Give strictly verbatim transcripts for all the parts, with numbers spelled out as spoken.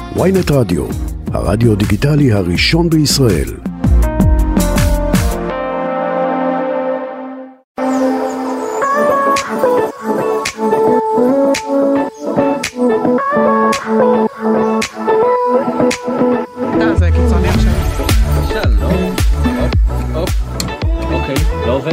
וויינט רדיו, הרדיו דיגיטלי הראשון בישראל. זה קיצוני עכשיו. שלום. אוקיי, לא עובד?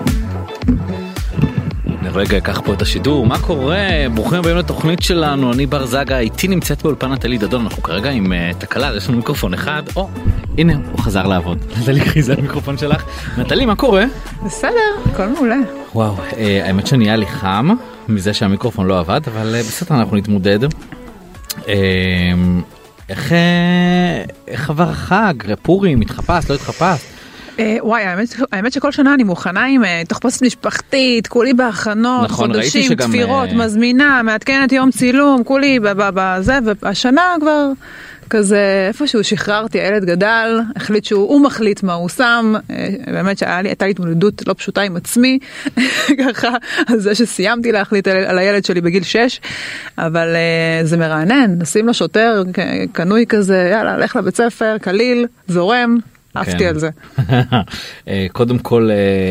רגע, אקח פה את השידור. מה קורה? ברוכים הבאים לתוכנית שלנו. אני בר זגה, איתי נמצאת באולפן נטלי דדון. אנחנו כרגע עם uh, תקלה, יש לנו מיקרופון אחד. או, הנה, הוא חזר לעבוד. נטלי, חיזה המיקרופון שלך. נטלי, מה קורה? בסדר, הכל מעולה. וואו, uh, האמת שנהיה לי חם מזה שהמיקרופון לא עבד, אבל uh, בסדר, אנחנו נתמודד. Uh, איך, uh, איך עבר החג? פורים, התחפש, לא התחפש? וואי, האמת שכל שנה אני מוכנה עם תחפושת משפחתית, כולי בהכנות, חודשים, תפירות, מזמינה, מעדכנת יום צילום, כולי בזה, והשנה כבר כזה איפשהו שחררתי, הילד גדל, החליט שהוא מחליט מה הוא שם, באמת שהייתה לי התמודדות לא פשוטה עם עצמי, ככה, על זה שסיימתי להחליט על הילד שלי בגיל שש, אבל זה מרענן, נשים לו שוטר, קנוי כזה, יאללה, לך לבית ספר, קליל, זורם, אהבתי על זה. קודם כל,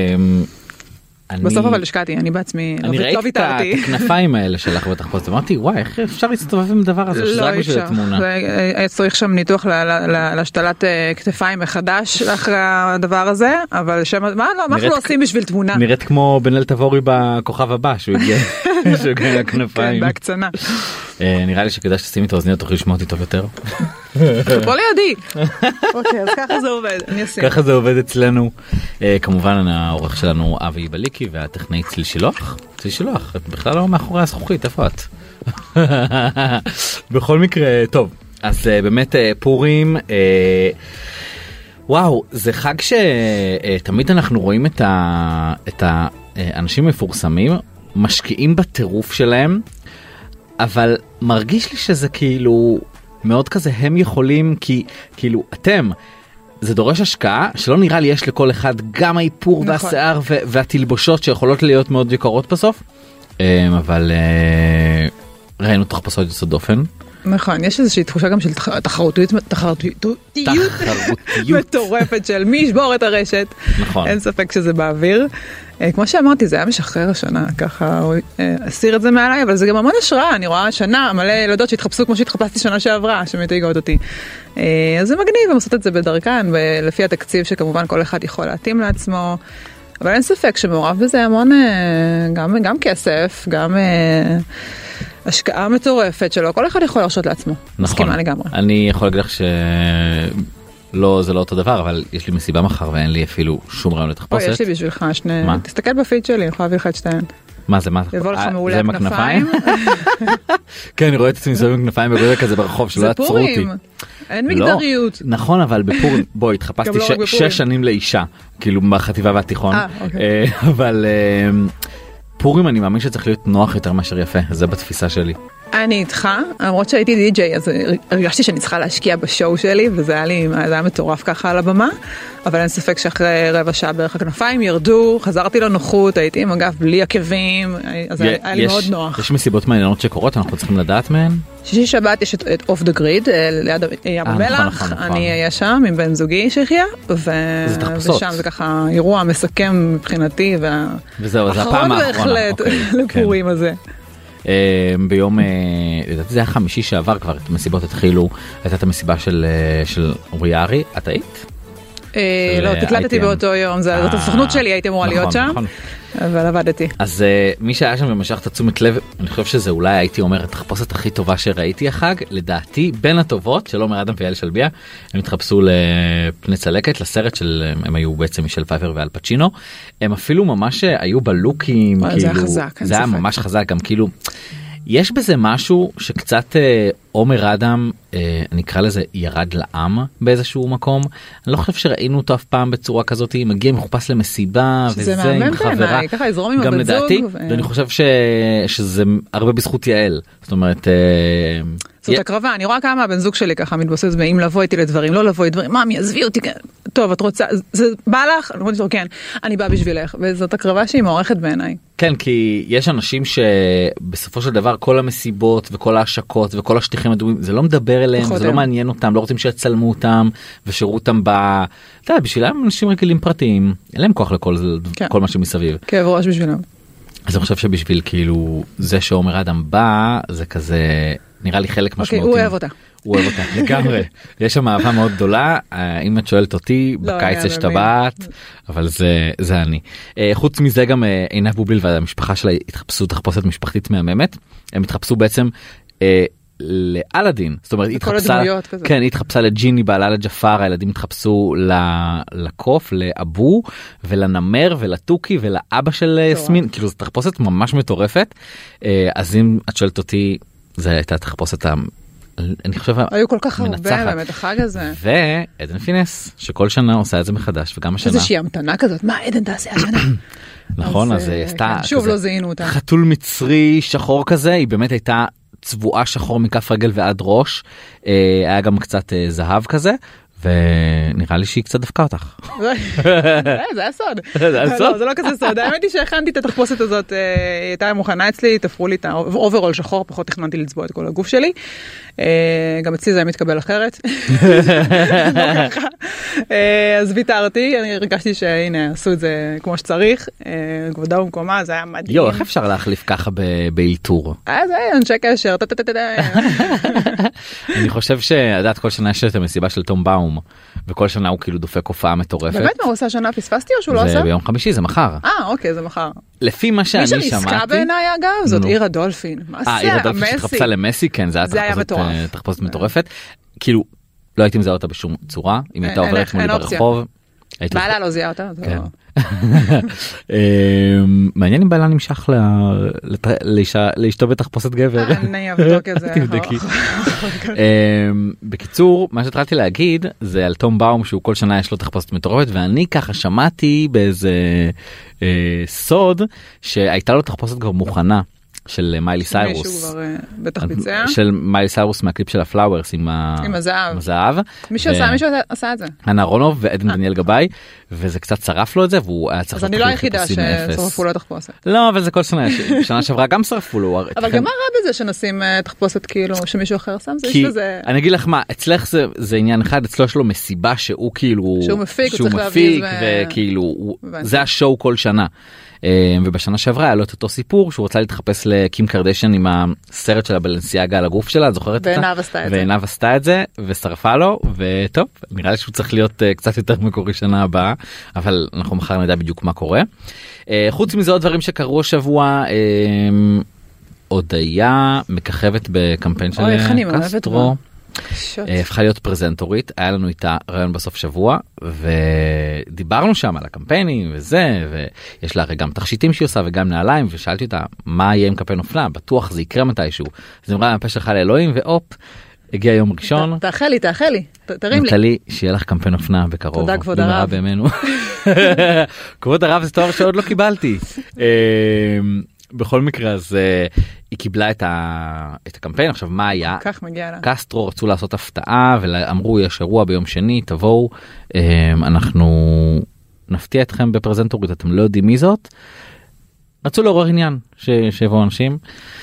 בסוף אבל השקעתי, אני בעצממי אני ראיתי את הכנפיים האלה שלך בתחפושת, אמרתי וואי, איך אפשר להסתובב עם דבר הזה? לא אפשר, צריך שם ניתוח להשתלת כתפיים מחדש אחרי הדבר הזה, אבל מה אנחנו עושים בשביל תמונה? נראית כמו בנאל תבורי בכוכב הבא, שהוא הגיע לכנפיים. כן, בהקצנה. נראה לי שכדאי שתשימי את האוזניות, תוכלי לשמוע אותי טוב יותר. פה לידי. אוקיי, אז ככה זה עובד, אני אשים. ככה זה עובד אצלנו. כמובן העורך שלנו אבי בליקי והטכנאית צליל שילוח. צליל שילוח, את בכלל לא מאחורי הזכוכית, איפה את? בכל מקרה, טוב, אז באמת פורים, וואו, זה חג שתמיד אנחנו רואים את האנשים מפורסמים, משקיעים בטירוף שלהם, אבל מרגיש לי שזה כאילו מאוד כזה הם יכולים, כי כאילו אתם, זה דורש השקעה שלא נראה לי יש לכל אחד גם האיפור נכון. והשיער והתלבושות שיכולות להיות מאוד יקרות בסוף, אבל ראינו תחפושות יוצאות דופן. נכון, יש איזושהי תחושה גם של תחרותיות, תחרותיות מטורפת של מי ישבור את הרשת. נכון. אין ספק שזה באוויר. כמו שאמרתי, זה היה משחרר השנה, ככה הוא הסיר את זה מעליי, אבל זה גם המון השראה, אני רואה שנה מלא ילדות שהתחפשו כמו שהתחפשתי שנה שעברה, שמתייגות אותי. אז זה מגניב, הם עושות את זה בדרכן, לפי התקציב שכמובן כל אחד יכול להתאים לעצמו, אבל אין ספק שמעורב בזה המון, גם, גם כסף, גם השקעה מטורפת שלו, כל אחד יכול להרשות לעצמו. נכון. מסכימה לגמרי. אני יכול להגיד לך ש... לא, זה לא אותו דבר, אבל יש לי מסיבה מחר ואין לי אפילו שום רעיון לתחפושת. יש לי בשבילך שני... מה? תסתכל בפיד שלי, אני יכולה להביא לך את שתיהן. מה זה, מה? יבוא לך מעולה כנפיים. כן, אני רואה את עצמי מסובבים כנפיים בגודל כזה ברחוב, שלא יעצרו אותי. זה פורים, אין מגדריות. נכון, אבל בפורים, בואי, התחפשתי שש שנים לאישה, כאילו בחטיבה והתיכון. אבל פורים אני מאמין שצריך להיות נוח יותר מאשר יפה, זה בתפיסה שלי. אני איתך, למרות שהייתי די-ג'יי, אז הרגשתי שאני צריכה להשקיע בשואו שלי, וזה היה לי, זה היה מטורף ככה על הבמה, אבל אין ספק שאחרי רבע שעה בערך הכנפיים ירדו, חזרתי לנוחות, הייתי עם אגב בלי עקבים, אז היה לי מאוד נוח. יש מסיבות מעניינות שקורות, אנחנו צריכים לדעת מהן? שישי שבת יש את אוף דה גריד, ליד ים המלח, אני אהיה שם עם בן זוגי שיחיה, ושם זה ככה אירוע מסכם מבחינתי, והאחרון בהחלט לפורים הזה. ביום, לדעתי זה היה חמישי שעבר כבר, את המסיבות התחילו, הייתה את המסיבה של אורי יערי, את היית? לא, תקלטתי באותו יום, זאת הסוכנות שלי, הייתי אמורה להיות שם, אבל עבדתי. אז מי שהיה שם ומשך את תשומת לב, אני חושב שזה אולי הייתי אומר, את התחפושת הכי טובה שראיתי החג, לדעתי, בין הטובות, שלא מאדם ויעל שלביה, הם התחפשו לפני צלקת, לסרט של, הם היו בעצם מישל פייפר ואל פצ'ינו, הם אפילו ממש היו בלוקים, זה היה חזק, זה היה ממש חזק, גם כאילו, יש בזה משהו שקצת עומר אדם, אני אקרא לזה ירד לעם באיזשהו מקום, אני לא חושב שראינו אותו אף פעם בצורה כזאת, מגיע מחופש למסיבה וזה עם חברה, ככה יזרום עם גם הבן לדעתי, זוג. ואני חושב שזה הרבה בזכות יעל, זאת אומרת... זאת הקרבה, אני רואה כמה הבן זוג שלי ככה מתבוסס באם לבוא איתי לדברים, לא לבוא איתי לדברים, מה, מי עזבי אותי, טוב, את רוצה, זה בא לך? אני אומרת לו, כן, אני באה בשבילך, וזאת הקרבה שהיא מעורכת בעיניי. כן, כי יש אנשים שבסופו של דבר כל המסיבות וכל ההשקות וכל השטיחים הדומים, זה לא מדבר אליהם, זה לא מעניין אותם, לא רוצים שיצלמו אותם ושירו אותם ב... אתה יודע, בשבילם אנשים רגילים פרטיים, אין להם כוח לכל כל מה שמסביב. כאב ראש בשבילם. אז אני חושב שבשביל כאילו זה שעומר אדם בא, זה כזה נראה לי חלק משמעותי. אוקיי, הוא אוהב אותה. הוא אוהב אותה, לגמרי. יש שם אהבה מאוד גדולה, אם את שואלת אותי, בקיץ יש טבעת, אבל זה אני. חוץ מזה גם עינב בוביל והמשפחה שלה התחפשו תחפושת משפחתית מהממת, הם התחפשו בעצם לאלאדין, זאת אומרת, היא התחפשה לג'יני, בעלה לג'פר, הילדים התחפשו לקוף, לאבו, ולנמר, ולטוקי, ולאבא של יסמין, כאילו זו תחפושת ממש מטורפת, אז אם את שואלת אותי, זו הייתה תחפושת אני חושב היו כל כך הרבה באמת החג הזה. ועדן פינס שכל שנה עושה את זה מחדש וגם השנה. איזושהי המתנה כזאת, מה עדן תעשה השנה? נכון, אז היא עשתה שוב לא זיהינו אותה. חתול מצרי שחור כזה, היא באמת הייתה צבועה שחור מכף רגל ועד ראש, היה גם קצת זהב כזה. ונראה לי שהיא קצת דפקה אותך. זה היה סוד. זה לא כזה סוד. האמת היא שהכנתי את התחפושת הזאת, היא הייתה מוכנה אצלי, תפרו לי את האוברול שחור, פחות תכננתי לצבוע את כל הגוף שלי. גם אצלי זה היה מתקבל אחרת. אז ויתרתי, אני הרגשתי שהנה, עשו את זה כמו שצריך, כבודה ומקומה, זה היה מדהים. יו, איך אפשר להחליף ככה באילתור? אז היה אנשי קשר, אני חושב שעדת כל שנה יש את המסיבה של תום באום, וכל שנה הוא כאילו דופק הופעה מטורפת. באמת מה הוא עושה השנה? פספסתי או שהוא לא עושה? זה ביום חמישי, זה מחר. אה, אוקיי, זה מחר. לפי מה שאני שמעתי... מי שנזכה בעיניי אגב, זאת עיר הדולפין. אה, עיר הדולפין שתחפשה למסי, כן, זה היה תחפושת מטורפת. כאילו, לא הייתי מזהה אותה בשום צורה, אם הייתה עוברת מולי ברחוב. בעלה לא זיהה אותה. מעניין אם בעלה נמשך לאשתו בתחפושת גבר. אני אבדוק את זה. תבדקי. בקיצור, מה שהתחלתי להגיד זה על תום באום שהוא כל שנה יש לו תחפושת מטורפת, ואני ככה שמעתי באיזה סוד שהייתה לו תחפושת כבר מוכנה. של מיילי סיירוס. מישהו כבר בטח ביצע. של מיילי סיירוס מהקליפ של הפלאוורס עם הזהב. מישהו עשה את זה. אנה אהרונוב ועדן דניאל גבאי, וזה קצת צרף לו את זה, והוא היה צריך... אז אני לא היחידה ששרפו לו תחפושת. לא, אבל זה כל שנה, שנה שעברה גם שרפו לו. אבל גם מה רע בזה שנשים תחפושת כאילו שמישהו אחר שם? כי אני אגיד לך מה, אצלך זה עניין אחד, אצלו יש לו מסיבה שהוא כאילו... שהוא מפיק, שהוא מפיק, וכאילו, זה השואו כל שנה. ובשנה שעברה היה לו את אותו סיפור שהוא רוצה להתחפש לקים קרדשן עם הסרט של הבלנסיאגה על הגוף שלה, את זוכרת אותה? ועיניו עשתה את זה. ועיניו עשתה את זה ושרפה לו, וטוב, נראה לי שהוא צריך להיות קצת יותר מקורי שנה הבאה, אבל אנחנו מחר נדע בדיוק מה קורה. חוץ מזה עוד דברים שקרו השבוע, הודיה מככבת בקמפיין של קסטרו. הפכה להיות פרזנטורית, היה לנו איתה רעיון בסוף שבוע ודיברנו שם על הקמפיינים וזה, ויש לה הרי גם תכשיטים שהיא עושה וגם נעליים, ושאלתי אותה מה יהיה עם קמפיין אופנה, בטוח זה יקרה מתישהו, אז אמרה מהפה שלך לאלוהים, ואופ, הגיע יום ראשון. תאחל לי, תאחל לי, תרים לי. נתלי, שיהיה לך קמפיין אופנה בקרוב. תודה כבוד הרב. כבוד הרב זה תואר שעוד לא קיבלתי. בכל מקרה אז היא קיבלה את, ה... את הקמפיין. עכשיו מה היה? כך מגיע לה. קסטרו רצו לעשות הפתעה ואמרו יש אירוע ביום שני, תבואו, אנחנו נפתיע אתכם בפרזנטורית, אתם לא יודעים מי זאת. רצו לעורר עניין ש... שיבואו אנשים.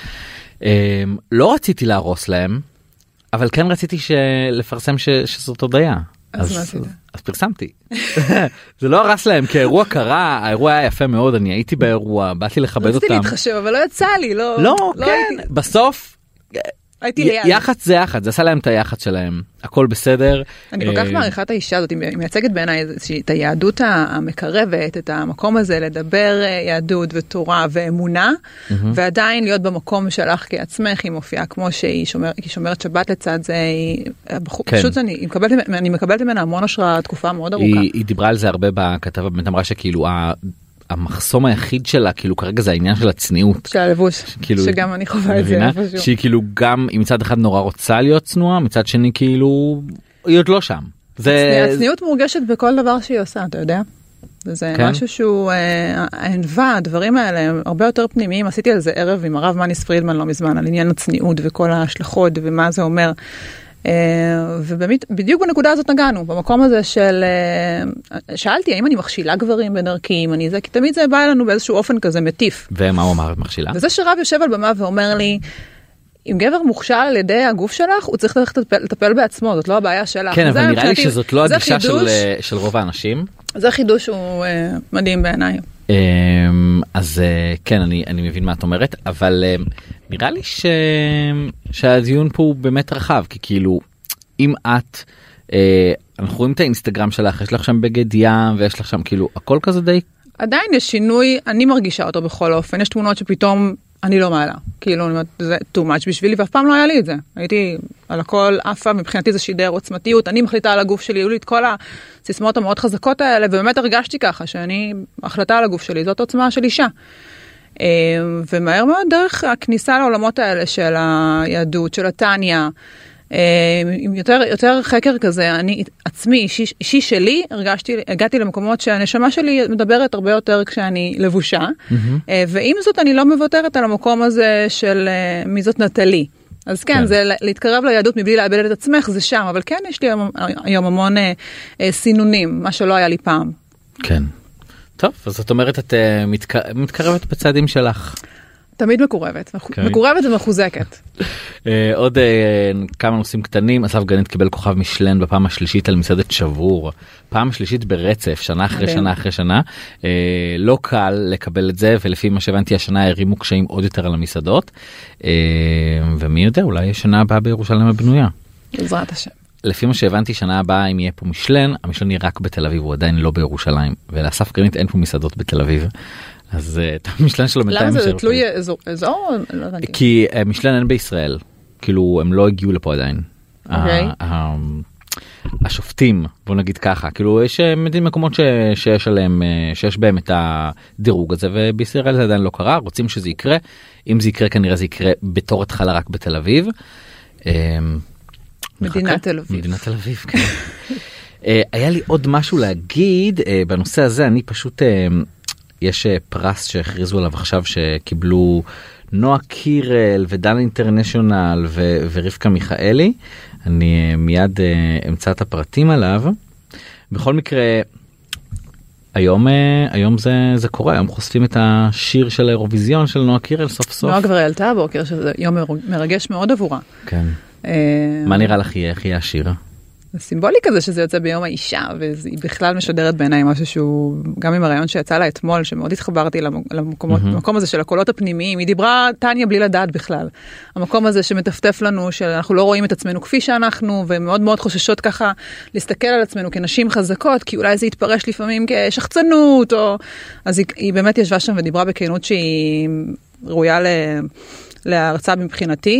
לא רציתי להרוס להם, אבל כן רציתי לפרסם ש... שזאת הודיה. אז, אז, אז פרסמתי. זה לא הרס להם, כי האירוע קרה, האירוע היה יפה מאוד, אני הייתי באירוע, באתי לכבד אותם. רציתי להתחשב, אבל לא יצא לי, לא... לא, לא כן, הייתי... בסוף... הייתי ליד. יח"צ זה יח"צ, זה עשה להם את היח"צ שלהם, הכל בסדר. אני כל כך מעריכה את האישה הזאת, היא מייצגת בעיניי את היהדות המקרבת, את המקום הזה לדבר יהדות ותורה ואמונה, ועדיין להיות במקום שלך כעצמך, היא מופיעה כמו שהיא שומרת שבת לצד זה, פשוט אני מקבלת ממנה המון השראה, תקופה מאוד ארוכה. היא דיברה על זה הרבה בכתבה, באמת אמרה שכאילו המחסום היחיד שלה, כאילו כרגע זה העניין של הצניעות. של הלבוש, כאילו, שגם אני חווה את זה איפשהו. שהיא כאילו גם, היא מצד אחד נורא רוצה להיות צנועה, מצד שני כאילו, היא עוד לא שם. זה... הצניעות מורגשת בכל דבר שהיא עושה, אתה יודע? זה כן? משהו שהוא, הענווה, הדברים האלה, הם הרבה יותר פנימיים. עשיתי על זה ערב עם הרב מניס פרידמן לא מזמן, על עניין הצניעות וכל ההשלכות ומה זה אומר. ובאמת, בדיוק בנקודה הזאת נגענו, במקום הזה של, שאלתי, האם אני מכשילה גברים בדרכי, אם אני זה, כי תמיד זה בא אלינו באיזשהו אופן כזה מטיף. ומה הוא אמר, מכשילה? וזה שרב יושב על במה ואומר לי, אם גבר מוכשל על ידי הגוף שלך, הוא צריך לטפל, לטפל בעצמו, זאת לא הבעיה שלך. כן, אבל נראה לי שזאת לא הגישה של, של רוב האנשים. זה חידוש שהוא מדהים בעיניי. אז כן, אני, אני מבין מה את אומרת, אבל נראה לי ש... שהדיון פה הוא באמת רחב, כי כאילו, אם את, אנחנו רואים את האינסטגרם שלך, יש לך שם בגד ים, ויש לך שם כאילו, הכל כזה די... עדיין יש שינוי, אני מרגישה אותו בכל אופן, יש תמונות שפתאום אני לא מעלה, כאילו, זה too much בשבילי, ואף פעם לא היה לי את זה. הייתי על הכל עפה, מבחינתי זה שידר עוצמתיות, אני מחליטה על הגוף שלי, היו לי את כל הסיסמאות המאוד חזקות האלה, ובאמת הרגשתי ככה, שאני, החלטה על הגוף שלי, זאת עוצמה של אישה. ומהר מאוד דרך הכניסה לעולמות האלה של היהדות, של התניה, עם יותר, יותר חקר כזה, אני עצמי, אישי, אישי שלי, הרגשתי, הגעתי למקומות שהנשמה שלי מדברת הרבה יותר כשאני לבושה, mm-hmm. ועם זאת אני לא מוותרת על המקום הזה של מי זאת נטלי. אז כן, כן. זה להתקרב ליהדות מבלי לאבד את עצמך, זה שם, אבל כן, יש לי היום, היום המון סינונים, מה שלא היה לי פעם. כן. טוב, אז זאת אומרת, את מתקר... מתקרבת בצעדים שלך. תמיד מקורבת, okay. מקורבת ומחוזקת. עוד כמה נושאים קטנים, אסף גרנית קיבל כוכב משלן בפעם השלישית על מסעדת שבור, פעם שלישית ברצף, שנה אחרי שנה אחרי שנה, לא קל לקבל את זה, ולפי מה שהבנתי השנה הרימו קשיים עוד יותר על המסעדות, ומי יודע, אולי שנה הבאה בירושלים הבנויה. בעזרת השם. לפי מה שהבנתי שנה הבאה אם יהיה פה משלן, המשלן יהיה רק בתל אביב, הוא עדיין לא בירושלים, ולאסף גרנית אין פה מסעדות בתל אביב. אז את המשלן שלו למה זה תלוי אזור? כי משלן אין בישראל, כאילו הם לא הגיעו לפה עדיין. השופטים, בוא נגיד ככה, כאילו יש מקומות שיש עליהם, שיש בהם את הדירוג הזה, ובישראל זה עדיין לא קרה, רוצים שזה יקרה, אם זה יקרה כנראה זה יקרה בתור התחלה רק בתל אביב. מדינת תל אביב. מדינת תל אביב, כן. היה לי עוד משהו להגיד בנושא הזה, אני פשוט... יש פרס שהכריזו עליו עכשיו שקיבלו נועה קירל ודן אינטרנשיונל ו- ורבקה מיכאלי. אני מיד uh, אמצא את הפרטים עליו. בכל מקרה, היום, uh, היום זה, זה קורה, היום חושפים את השיר של האירוויזיון של נועה קירל סוף סוף. נועה כבר העלתה הבוקר שזה יום מרגש מאוד עבורה. כן. Uh... מה נראה לך יהיה? איך יהיה השיר? זה סימבולי כזה שזה יוצא ביום האישה, והיא בכלל משדרת בעיניי משהו שהוא, גם עם הרעיון שיצא לה אתמול, שמאוד התחברתי למקומות, למקום הזה של הקולות הפנימיים, היא דיברה טניה בלי לדעת בכלל. המקום הזה שמטפטף לנו, שאנחנו לא רואים את עצמנו כפי שאנחנו, ומאוד מאוד חוששות ככה להסתכל על עצמנו כנשים חזקות, כי אולי זה יתפרש לפעמים כשחצנות, או... אז היא, היא באמת ישבה שם ודיברה בכנות שהיא ראויה להרצאה מבחינתי,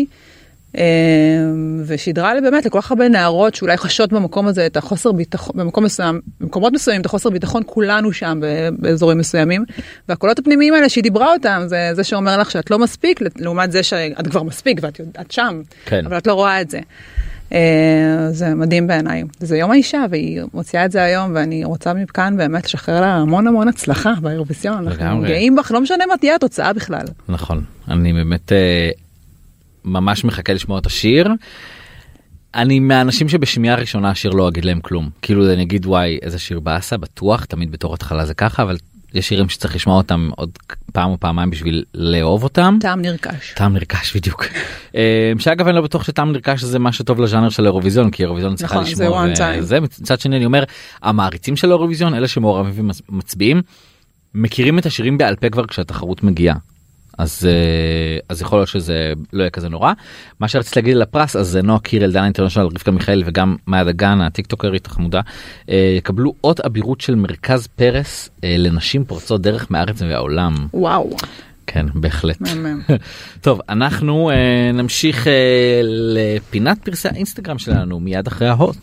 ושידרה לי באמת לכל כך הרבה נערות שאולי חשות במקום הזה את החוסר ביטחון, במקום מסוים, במקומות מסוימים את החוסר ביטחון, כולנו שם באזורים מסוימים, והקולות הפנימיים האלה שהיא דיברה אותם, זה, זה שאומר לך שאת לא מספיק, לעומת זה שאת כבר מספיק ואת את שם, כן. אבל את לא רואה את זה. זה מדהים בעיניי. זה יום האישה, והיא מוציאה את זה היום, ואני רוצה מכאן באמת לשחרר לה המון המון הצלחה באירוויזיון. אנחנו גאים בך, לא משנה מה תהיה התוצאה בכלל. נכון. אני באמת ממש מחכה לשמוע את השיר. אני מהאנשים שבשמיעה ראשונה השיר לא אגיד להם כלום. כאילו אני אגיד וואי איזה שיר באסה, בטוח, תמיד בתור התחלה זה ככה, אבל יש שירים שצריך לשמוע אותם עוד פעם או פעמיים בשביל לאהוב אותם. טעם נרכש. טעם נרכש, בדיוק. שאגב אני לא בטוח שטעם נרכש זה מה שטוב לז'אנר של האירוויזיון, כי האירוויזיון צריכה לשמוע. זה מצד שני אני אומר, המעריצים של האירוויזיון, אלה שמעורבים ומצביעים, מכירים את השירים בעל פה כבר כשהתחרות מגיעה. אז, אז יכול להיות שזה לא יהיה כזה נורא. מה שרציתי להגיד על הפרס, אז נועה קירל, דן אינטרנשיונל, רבקה מיכאלי וגם מאיה דגן, הטיקטוקרית החמודה, יקבלו עוד אבירות של מרכז פרס לנשים פורצות דרך מארץ והעולם. וואו. כן, בהחלט. טוב, אנחנו נמשיך לפינת פרסי האינסטגרם שלנו מיד אחרי ההוט.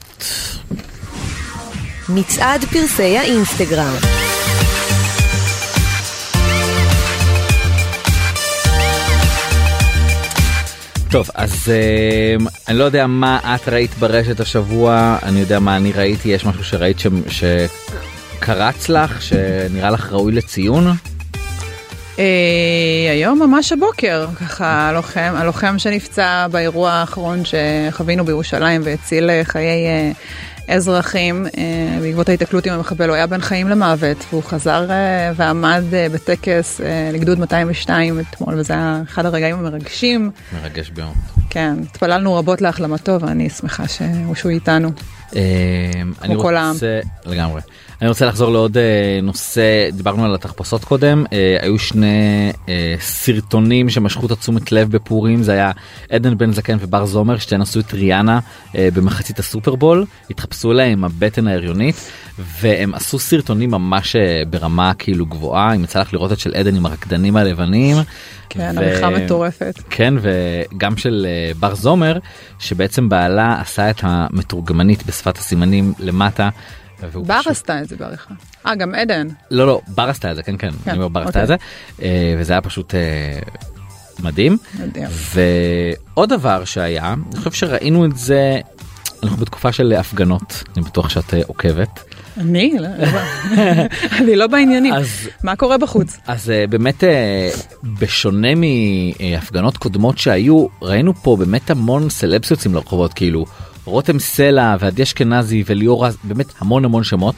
מצעד פרסי האינסטגרם. טוב, אז uh, אני לא יודע מה את ראית ברשת השבוע, אני יודע מה אני ראיתי, יש משהו שראית ש... שקרץ לך, שנראה לך ראוי לציון? היום ממש הבוקר, ככה הלוחם, הלוחם שנפצע באירוע האחרון שחווינו בירושלים והציל חיי אזרחים בעקבות ההתקלות עם המחבל, הוא היה בין חיים למוות, והוא חזר ועמד בטקס לגדוד מאתיים ושתיים אתמול, וזה היה אחד הרגעים המרגשים. מרגש ביום. כן, התפללנו רבות להחלמתו, ואני שמחה שהוא איתנו. אני רוצה, לגמרי. אני רוצה לחזור לעוד נושא, דיברנו על התחפושות קודם, היו שני סרטונים שמשכו את תשומת לב בפורים, זה היה עדן בן זקן ובר זומר, שתיהן עשו את ריאנה במחצית הסופרבול, התחפשו להם הבטן ההריונית, והם עשו סרטונים ממש ברמה כאילו גבוהה, אם יצא לך לראות את של עדן עם הרקדנים הלבנים. כן, עריכה מטורפת. כן, וגם של בר זומר, שבעצם בעלה עשה את המתורגמנית בשפת הסימנים למטה, בר עשתה את זה בעריכה. אה, גם עדן. לא, לא, בר עשתה את זה, כן, כן. אני אומר, בר עשתה את זה. וזה היה פשוט מדהים. מדהים. ועוד דבר שהיה, אני חושב שראינו את זה, אנחנו בתקופה של הפגנות, אני בטוח שאת עוקבת. אני? אני לא בעניינים. מה קורה בחוץ? אז באמת, בשונה מהפגנות קודמות שהיו, ראינו פה באמת המון סלבס יוצאים לרחובות, כאילו, רותם סלע ועדי אשכנזי וליאור, באמת המון המון שמות.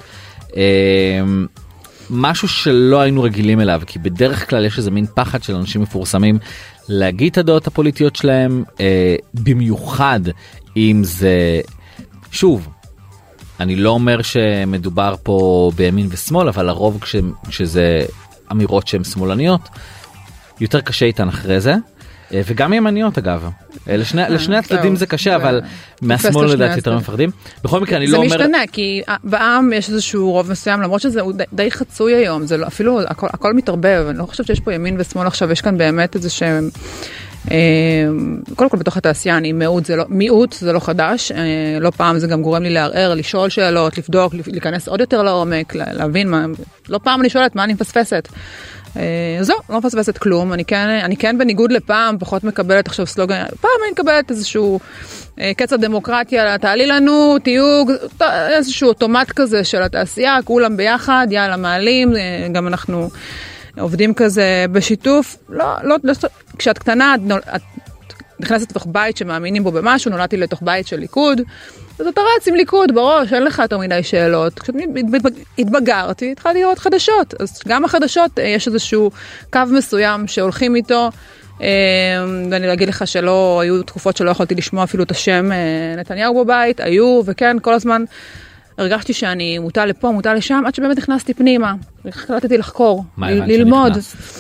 משהו שלא היינו רגילים אליו, כי בדרך כלל יש איזה מין פחד של אנשים מפורסמים להגיד את הדעות הפוליטיות שלהם, במיוחד אם זה, שוב, אני לא אומר שמדובר פה בימין ושמאל, אבל לרוב כש, כשזה אמירות שהן שמאלניות, יותר קשה איתן אחרי זה. וגם ימניות אגב, לשני, לשני הצדדים זה קשה, אבל מהשמאל לדעתי יותר מפחדים. בכל מקרה אני לא אומר... זה משתנה, כי בעם יש איזשהו רוב מסוים, למרות שזה די חצוי היום, זה לא, אפילו הכל, הכל מתערבב, אני לא חושבת שיש פה ימין ושמאל עכשיו, יש כאן באמת איזה שהם... קודם כל בתוך התעשייה אני מיעוט זה לא, מיעוט זה לא חדש, לא פעם זה גם גורם לי לערער, לשאול שאלות, לבדוק, להיכנס עוד יותר לעומק, להבין מה, לא פעם אני שואלת מה אני מפספסת. זו, לא מפספסת כלום, אני כן, אני כן בניגוד לפעם פחות מקבלת עכשיו סלוגן, פעם אני מקבלת איזשהו קץ הדמוקרטיה, תעלי לנו, תיוג, איזשהו אוטומט כזה של התעשייה, כולם ביחד, יאללה מעלים, גם אנחנו עובדים כזה בשיתוף, לא, לא, לא, כשאת קטנה, את נכנסת לתוך בית שמאמינים בו במשהו, נולדתי לתוך בית של ליכוד, אז אתה רץ עם ליכוד בראש, אין לך יותר מדי שאלות. כשהתבגרתי, התחלתי לראות חדשות, אז גם החדשות יש איזשהו קו מסוים שהולכים איתו, ואני אגיד לך שלא, היו תקופות שלא יכולתי לשמוע אפילו את השם נתניהו בבית, היו, וכן, כל הזמן הרגשתי שאני מוטה לפה, מוטה לשם, עד שבאמת נכנסתי פנימה, החלטתי לחקור, ללמוד.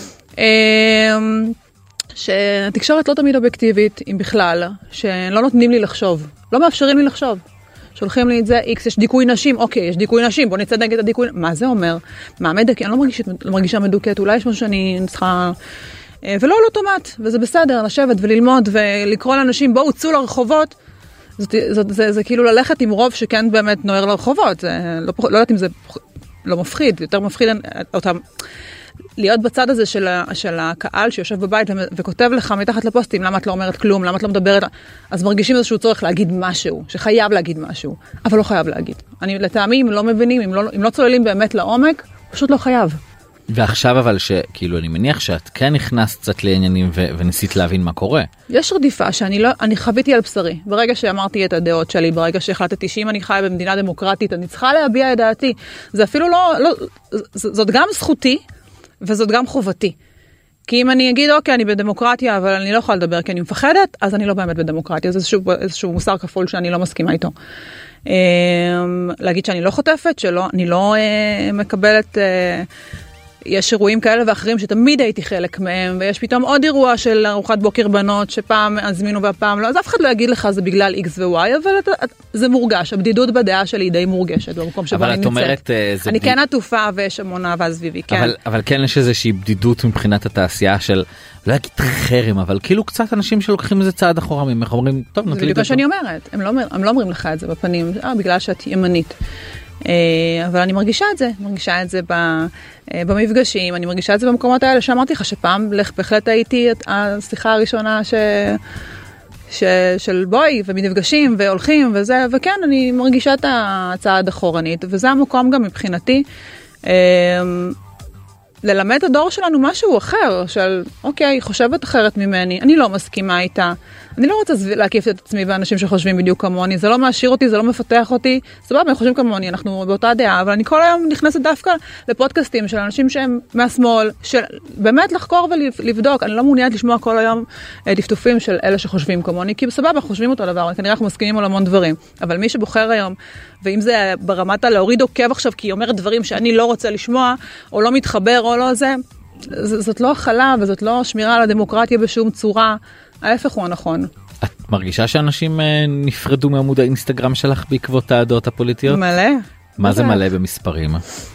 שהתקשורת לא תמיד אובייקטיבית, אם בכלל, שלא נותנים לי לחשוב, לא מאפשרים לי לחשוב. שולחים לי את זה, איקס, יש דיכוי נשים, אוקיי, יש דיכוי נשים, בוא נצא נגד הדיכוי, מה זה אומר? מה מדכא? אני לא מרגישה, לא מרגישה מדוכאת, אולי יש משהו שאני צריכה, ולא על אוטומט, וזה בסדר, לשבת וללמוד ולקרוא לאנשים, בואו צאו לרחובות, זה, זה, זה, זה כאילו ללכת עם רוב שכן באמת נוער לרחובות, זה, לא, לא יודעת אם זה לא מפחיד, יותר מפחיד אותם, להיות בצד הזה של, של הקהל שיושב בבית וכותב לך מתחת לפוסטים, למה את לא אומרת כלום, למה את לא מדברת, אז מרגישים איזשהו צורך להגיד משהו, שחייב להגיד משהו, אבל לא חייב להגיד. אני לטעמי, אם לא מבינים, אם לא, אם לא צוללים באמת לעומק, פשוט לא חייב. ועכשיו אבל שכאילו אני מניח שאת כן נכנסת קצת לעניינים ו- וניסית להבין מה קורה. יש רדיפה שאני לא, אני חוויתי על בשרי. ברגע שאמרתי את הדעות שלי, ברגע שהחלטתי שאם אני חיה במדינה דמוקרטית, אני צריכה להביע את דעתי. זה אפילו לא, לא זאת גם זכותי, וזאת גם חובתי. כי אם אני אגיד, אוקיי, אני בדמוקרטיה, אבל אני לא יכולה לדבר כי אני מפחדת, אז אני לא באמת בדמוקרטיה. זה איזשהו, איזשהו מוסר כפול שאני לא מסכימה איתו. להגיד שאני לא חוטפת, שלא, אני לא מקבלת, יש אירועים כאלה ואחרים שתמיד הייתי חלק מהם, ויש פתאום עוד אירוע של ארוחת בוקר בנות, שפעם הזמינו והפעם לא, אז אף אחד לא יגיד לך זה בגלל X ו-Y, אבל אתה, זה מורגש, הבדידות בדעה שלי די מורגשת, במקום שבו אני נמצאת. אני כן עטופה ויש המון אהבה סביבי, כן. אבל, אבל כן יש איזושהי בדידות מבחינת התעשייה של, לא אגיד חרם, אבל כאילו קצת אנשים שלוקחים איזה צעד אחורה ממך, אומרים, טוב, נתלי. זה בדיוק מה שאני אומרת, הם לא, הם לא אומרים לך את זה בפנים, אה, בגלל שאת ימנית. אבל אני מרגישה את זה, מרגישה את זה במפגשים, אני מרגישה את זה במקומות האלה שאמרתי לך שפעם בהחלט הייתי השיחה הראשונה ש... ש... של בואי ומפגשים והולכים וזה, וכן אני מרגישה את הצעד אחורנית, וזה המקום גם מבחינתי ללמד את הדור שלנו משהו אחר, של אוקיי, היא חושבת אחרת ממני, אני לא מסכימה איתה, אני לא רוצה להקיף את עצמי באנשים שחושבים בדיוק כמוני, זה לא מעשיר אותי, זה לא מפתח אותי, סבבה, הם חושבים כמוני, אנחנו באותה דעה, אבל אני כל היום נכנסת דווקא לפודקאסטים של אנשים שהם מהשמאל, של באמת לחקור ולבדוק, אני לא מעוניינת לשמוע כל היום דפדופים של אלה שחושבים כמוני, כי בסבבה, חושבים אותו דבר, כנראה אנחנו מסכימים על המון דברים, אבל מי שבוחר היום, ואם זה ברמת להוריד עוקב עכשיו, כי היא אומרת דברים שאני לא רוצה לשמוע, או לא מתחבר או לא זה, זאת לא הכלה וזאת לא שמירה על הדמוקרטיה בשום צורה, ההפך הוא הנכון. את מרגישה שאנשים נפרדו מעמוד האינסטגרם שלך בעקבות העדות הפוליטיות? מלא. מה זה מלא במספרים?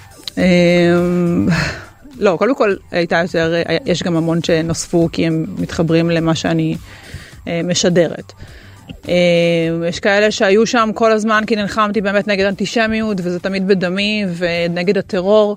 לא, קודם כל הייתה יותר, יש גם המון שנוספו כי הם מתחברים למה שאני משדרת. יש כאלה שהיו שם כל הזמן כי נלחמתי באמת נגד אנטישמיות וזה תמיד בדמי ונגד הטרור.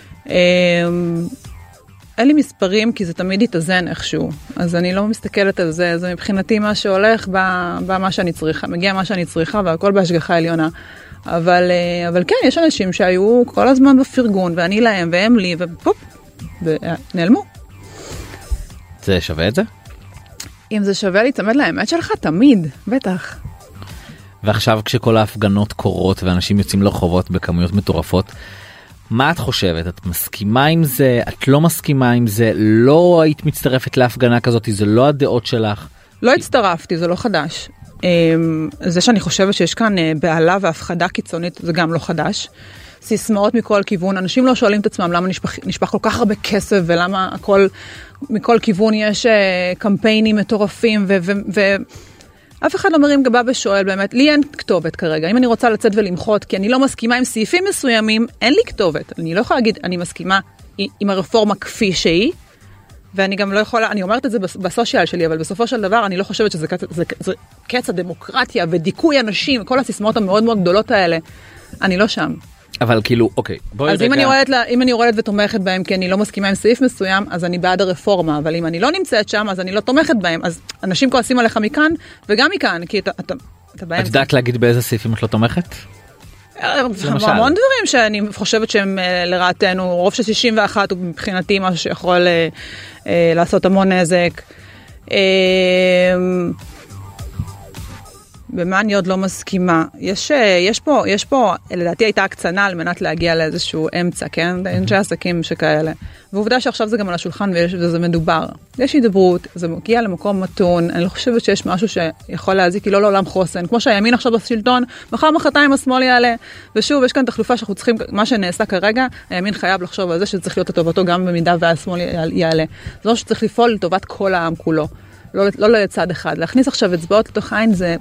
אין לי מספרים כי זה תמיד יתאזן איכשהו, אז אני לא מסתכלת על זה, זה מבחינתי מה שהולך במה שאני צריכה, מגיע מה שאני צריכה והכל בהשגחה עליונה, אבל, אבל כן, יש אנשים שהיו כל הזמן בפרגון ואני להם והם לי ופופ, ונעלמו. זה שווה את זה? אם זה שווה להצמד לאמת שלך, תמיד, בטח. ועכשיו כשכל ההפגנות קורות ואנשים יוצאים לרחובות בכמויות מטורפות, מה את חושבת? את מסכימה עם זה? את לא מסכימה עם זה? לא היית מצטרפת להפגנה כזאת? זה לא הדעות שלך? לא הצטרפתי, זה לא חדש. זה שאני חושבת שיש כאן בעלה והפחדה קיצונית, זה גם לא חדש. סיסמאות מכל כיוון. אנשים לא שואלים את עצמם למה נשפך, נשפך כל כך הרבה כסף ולמה הכל, מכל כיוון יש קמפיינים מטורפים ו... ו, ו אף אחד לא מרים גבה ושואל באמת, לי אין כתובת כרגע, אם אני רוצה לצאת ולמחות, כי אני לא מסכימה עם סעיפים מסוימים, אין לי כתובת. אני לא יכולה להגיד, אני מסכימה עם הרפורמה כפי שהיא, ואני גם לא יכולה, אני אומרת את זה בסושיאל שלי, אבל בסופו של דבר אני לא חושבת שזה קץ, זה, זה קץ הדמוקרטיה ודיכוי אנשים, כל הסיסמאות המאוד מאוד גדולות האלה, אני לא שם. אבל כאילו, אוקיי, בואי אז רגע... אז אם אני יורדת, אם אני יורדת ותומכת בהם, כי אני לא מסכימה עם סעיף מסוים, אז אני בעד הרפורמה, אבל אם אני לא נמצאת שם, אז אני לא תומכת בהם, אז אנשים כועסים עליך מכאן, וגם מכאן, כי אתה, אתה, אתה באמצע. את יודעת להגיד באיזה סעיפים את לא תומכת? המון דברים שאני חושבת שהם לרעתנו, רוב של שישים ואחת הוא מבחינתי משהו שיכול לעשות המון נזק. במה אני עוד לא מסכימה. יש, יש פה, יש פה, לדעתי הייתה הקצנה על מנת להגיע לאיזשהו אמצע, כן? אנשי עסקים שכאלה. ועובדה שעכשיו זה גם על השולחן וזה מדובר. יש הידברות, זה מגיע למקום מתון, אני לא חושבת שיש משהו שיכול להזיק, כי לא לעולם חוסן. כמו שהימין עכשיו בשלטון, מחר מחרתיים השמאל יעלה. ושוב, יש כאן תחלופה שאנחנו צריכים, מה שנעשה כרגע, הימין חייב לחשוב על זה שצריך להיות לטובתו גם במידה והשמאל יעלה. זה לא שצריך לפעול לטובת כל העם כולו. לא, לא לצד אחד. להכניס עכשיו אצבעות לתוך עין זה,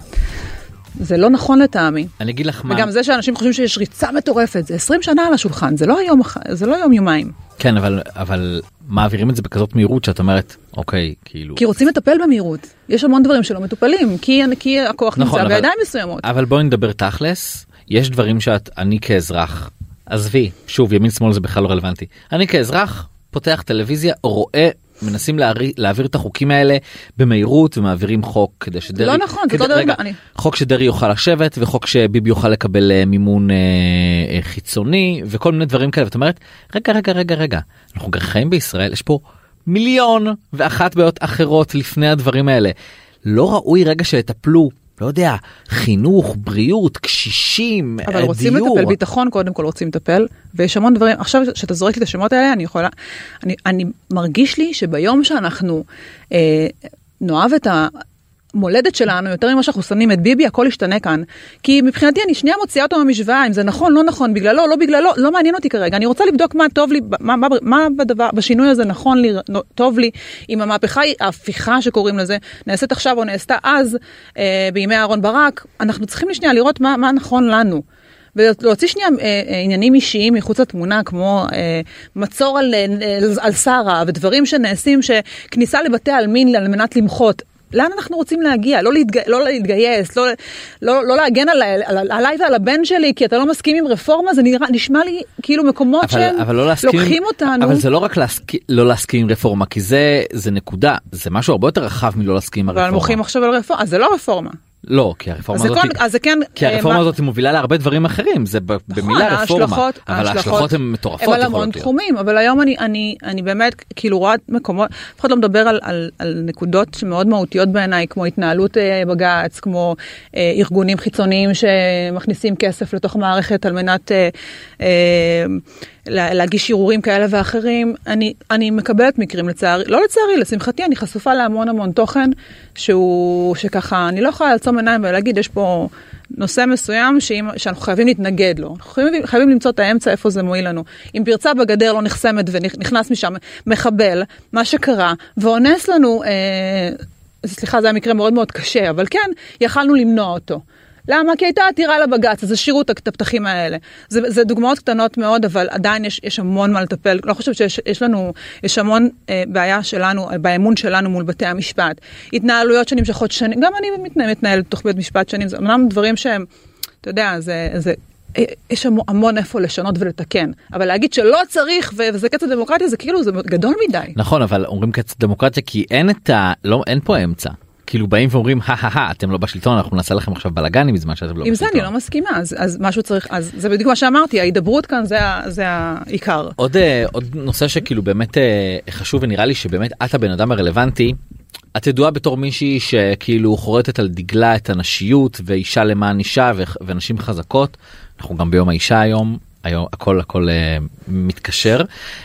זה לא נכון לטעמי. אני אגיד לך מה... וגם זה שאנשים חושבים שיש ריצה מטורפת, זה עשרים שנה על השולחן, זה לא היום, זה לא יום יומיים. כן, אבל, אבל מעבירים את זה בכזאת מהירות שאת אומרת, אוקיי, כאילו... כי רוצים לטפל במהירות. יש המון דברים שלא מטופלים, כי, כי הכוח נכון, נמצא אבל, בידיים מסוימות. אבל בואי נדבר תכלס, יש דברים שאת, אני כאזרח, עזבי, שוב, ימין שמאל זה בכלל לא רלוונטי. אני כאזרח, פותח טלוויזיה, רואה מנסים להעביר, להעביר את החוקים האלה במהירות ומעבירים חוק כדי שדרי... לא נכון, זה לא דבר... רגע, אני... חוק שדרי יוכל לשבת וחוק שביבי יוכל לקבל מימון אה, אה, חיצוני וכל מיני דברים כאלה. ואת אומרת, רגע, רגע, רגע, רגע, אנחנו חיים בישראל, יש פה מיליון ואחת בעיות אחרות לפני הדברים האלה. לא ראוי רגע שיטפלו, לא יודע, חינוך, בריאות, קשישים, דיור. אבל רוצים לטפל, ביטחון קודם כל רוצים לטפל, ויש המון דברים, עכשיו שאתה זורק לי את השמות האלה, אני יכולה, אני, אני מרגיש לי שביום שאנחנו אה, נאהב את המולדת שלנו, יותר ממה שאנחנו שמים את ביבי, הכל ישתנה כאן. כי מבחינתי אני שנייה מוציאה אותו מהמשוואה, אם זה נכון, לא נכון, בגללו, לא בגללו, לא מעניין אותי כרגע. אני רוצה לבדוק מה טוב לי, מה, מה, מה בדבר, בשינוי הזה נכון לי, טוב לי, אם המהפכה, ההפיכה שקוראים לזה, נעשית עכשיו או נעשתה אז, אה, בימי אהרון ברק, אנחנו צריכים לשנייה לראות מה, מה נכון לנו. ולהוציא שנייה אה, עניינים אישיים מחוץ לתמונה, כמו אה, מצור על, אה, על שרה, ודברים שנעשים, שכניסה לבתי העלמין על מנת למחות, לאן אנחנו רוצים להגיע? לא, להתג... לא להתגייס, לא, לא, לא להגן עליי, על, עליי ועל הבן שלי, כי אתה לא מסכים עם רפורמה, זה נראה, נשמע לי כאילו מקומות אבל, שהם אבל לא להסכים, לוקחים אותנו. אבל זה לא רק להסכ... לא להסכים עם רפורמה, כי זה, זה נקודה, זה משהו הרבה יותר רחב מלא להסכים עם הרפורמה. אבל מוחים עכשיו על רפורמה, אז זה לא רפורמה. לא, כי הרפורמה הזאת, אז זה כן, כי הרפורמה הזאת מובילה להרבה דברים אחרים, זה במילה רפורמה, אבל ההשלכות הן מטורפות. אבל המון תחומים, אבל היום אני, אני, אני באמת, כאילו רואה מקומות, לפחות לא מדבר על, על, על נקודות שמאוד מהותיות בעיניי, כמו התנהלות בג"ץ, כמו ארגונים חיצוניים שמכניסים כסף לתוך מערכת על מנת להגיש ערעורים כאלה ואחרים. אני, אני מקבלת מקרים לצערי, לא לצערי, לשמחתי, אני חשופה להמון המון תוכן, שהוא, שככה, אני לא יכולה לעצום עיניים ולהגיד, יש פה נושא מסוים שאם, שאנחנו חייבים להתנגד לו. אנחנו חייבים, חייבים למצוא את האמצע, איפה זה מועיל לנו. אם פרצה בגדר לא נחסמת ונכנס משם מחבל, מה שקרה, ואונס לנו, אה, סליחה, זה היה מקרה מאוד מאוד קשה, אבל כן, יכלנו למנוע אותו. למה? כי הייתה עתירה לבג"ץ, אז השאירו את הפתחים האלה. זה, זה דוגמאות קטנות מאוד, אבל עדיין יש, יש המון מה לטפל. לא חושבת שיש יש לנו, יש המון אה, בעיה שלנו, באמון שלנו מול בתי המשפט. התנהלויות שנמשכות שנים, גם אני מתנהל, מתנהלת תוך בית משפט שנים, זה אמנם דברים שהם, אתה יודע, זה, זה, יש המון, המון איפה לשנות ולתקן. אבל להגיד שלא צריך, וזה קצת דמוקרטיה, זה כאילו, זה גדול מדי. נכון, אבל אומרים קצת דמוקרטיה, כי אין את ה, לא, אין פה אמצע. כאילו באים ואומרים, הא-הא-הא, אתם לא בשלטון, אנחנו נעשה לכם עכשיו בלגנים בזמן שאתם לא בשלטון. עם זה אני לא מסכימה, אז, אז משהו צריך, אז זה בדיוק מה שאמרתי, ההידברות כאן זה, זה העיקר. עוד, עוד נושא שכאילו באמת חשוב, ונראה לי שבאמת את הבן אדם הרלוונטי, את ידועה בתור מישהי שכאילו חורטת על דגלה את הנשיות, ואישה למען אישה, ונשים חזקות. אנחנו גם ביום האישה היום, היום הכל הכל מתקשר.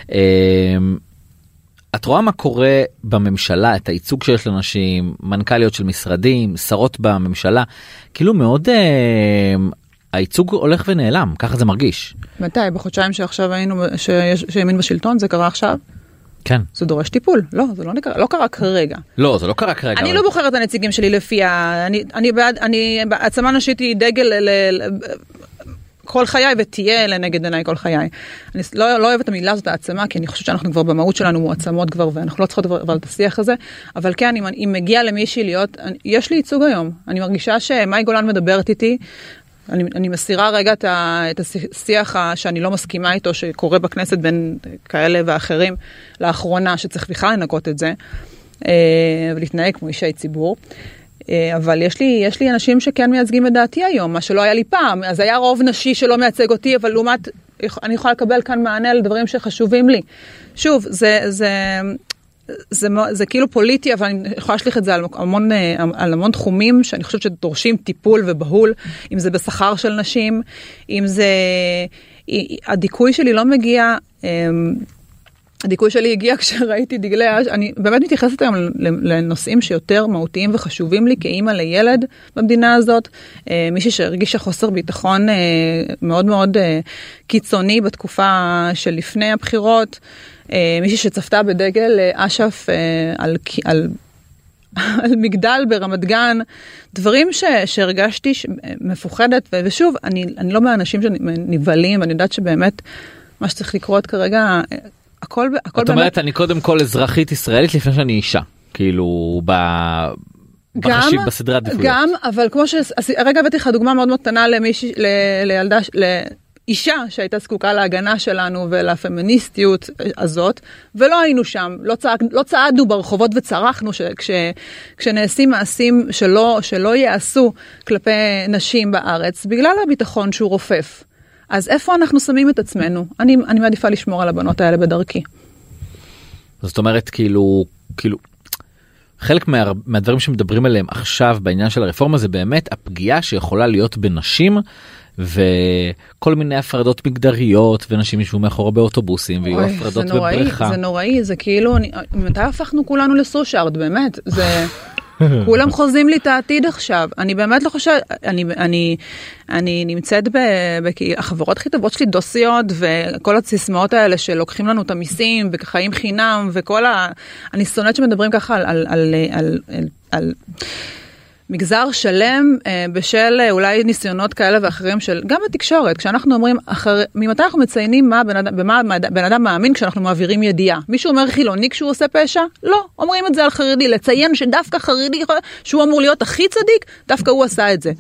את רואה מה קורה בממשלה, את הייצוג שיש לנשים, מנכ"ליות של משרדים, שרות בממשלה, כאילו מאוד אה, הייצוג הולך ונעלם, ככה זה מרגיש. מתי? בחודשיים שעכשיו היינו, שימין בשלטון, זה קרה עכשיו? כן. זה דורש טיפול. לא, זה לא, נקרא, לא קרה כרגע. לא, זה לא קרה כרגע. אני אבל... לא בוחרת את הנציגים שלי לפי ה... אני, אני בעד, אני, העצמה נשית היא דגל ל... ל... כל חיי ותהיה לנגד עיניי כל חיי. אני לא, לא אוהבת את המילה הזאת העצמה, כי אני חושבת שאנחנו כבר במהות שלנו מועצמות כבר, ואנחנו לא צריכות כבר את השיח הזה, אבל כן, אם, אם מגיע למישהי להיות, אני, יש לי ייצוג היום. אני מרגישה שמאי גולן מדברת איתי, אני, אני מסירה רגע את, ה, את השיח שאני לא מסכימה איתו, שקורה בכנסת בין כאלה ואחרים, לאחרונה שצריך בכלל לנקות את זה, ולהתנהג כמו אישי ציבור. אבל יש לי, יש לי אנשים שכן מייצגים את דעתי היום, מה שלא היה לי פעם. אז היה רוב נשי שלא מייצג אותי, אבל לעומת, אני יכולה לקבל כאן מענה על דברים שחשובים לי. שוב, זה, זה, זה, זה, זה כאילו פוליטי, אבל אני יכולה להשליך את זה על המון, על המון תחומים, שאני חושבת שדורשים טיפול ובהול, אם זה בשכר של נשים, אם זה, הדיכוי שלי לא מגיע, הדיכוי שלי הגיע כשראיתי דגלי, אני באמת מתייחסת היום לנושאים שיותר מהותיים וחשובים לי כאימא לילד במדינה הזאת, מישהי שהרגישה חוסר ביטחון מאוד מאוד קיצוני בתקופה של לפני הבחירות, מישהי שצפתה בדגל אש"ף על, על, על מגדל ברמת גן, דברים ש, שהרגשתי מפוחדת, ושוב, אני, אני לא מהאנשים שנבלים, אני יודעת שבאמת מה שצריך לקרות כרגע, הכל, הכל את אומרת, אני קודם כל אזרחית ישראלית לפני שאני אישה, כאילו בחשיב, בסדרת דפויות. גם, אבל כמו שהרגע הבאתי לך דוגמה מאוד מאוד קטנה למישהי, לילדה, לאישה שהייתה זקוקה להגנה שלנו ולפמיניסטיות הזאת, ולא היינו שם, לא, צעק, לא צעדנו ברחובות וצרחנו כש, כשנעשים מעשים שלא, שלא יעשו כלפי נשים בארץ, בגלל הביטחון שהוא רופף. אז איפה אנחנו שמים את עצמנו? אני, אני מעדיפה לשמור על הבנות האלה בדרכי. זאת אומרת, כאילו, כאילו, חלק מה, מהדברים שמדברים עליהם עכשיו בעניין של הרפורמה, זה באמת הפגיעה שיכולה להיות בנשים, וכל מיני הפרדות מגדריות, ונשים ישבו מאחורה באוטובוסים, ויהיו הפרדות בבריכה. זה נוראי, זה כאילו, אני, מתי הפכנו כולנו לסושארד, באמת? זה... כולם חוזים לי את העתיד עכשיו. אני באמת לא חושבת, אני, אני, אני נמצאת ב, ב, החברות הכי טובות שלי דוסיות, וכל הסיסמאות האלה שלוקחים לנו את המיסים, וחיים חינם, וכל ה... אני שונאת שמדברים ככה על, על, על, על, על, על מגזר שלם, בשל אולי ניסיונות כאלה ואחרים של, גם בתקשורת, כשאנחנו אומרים, אחר, ממתי אנחנו מציינים מה בן אדם, במה בן אדם מאמין כשאנחנו מעבירים ידיעה? מישהו אומר חילוני כשהוא עושה פשע? לא, אומרים את זה על חרדי, לציין שדווקא חרדי, שהוא אמור להיות הכי צדיק, דווקא הוא עשה את זה.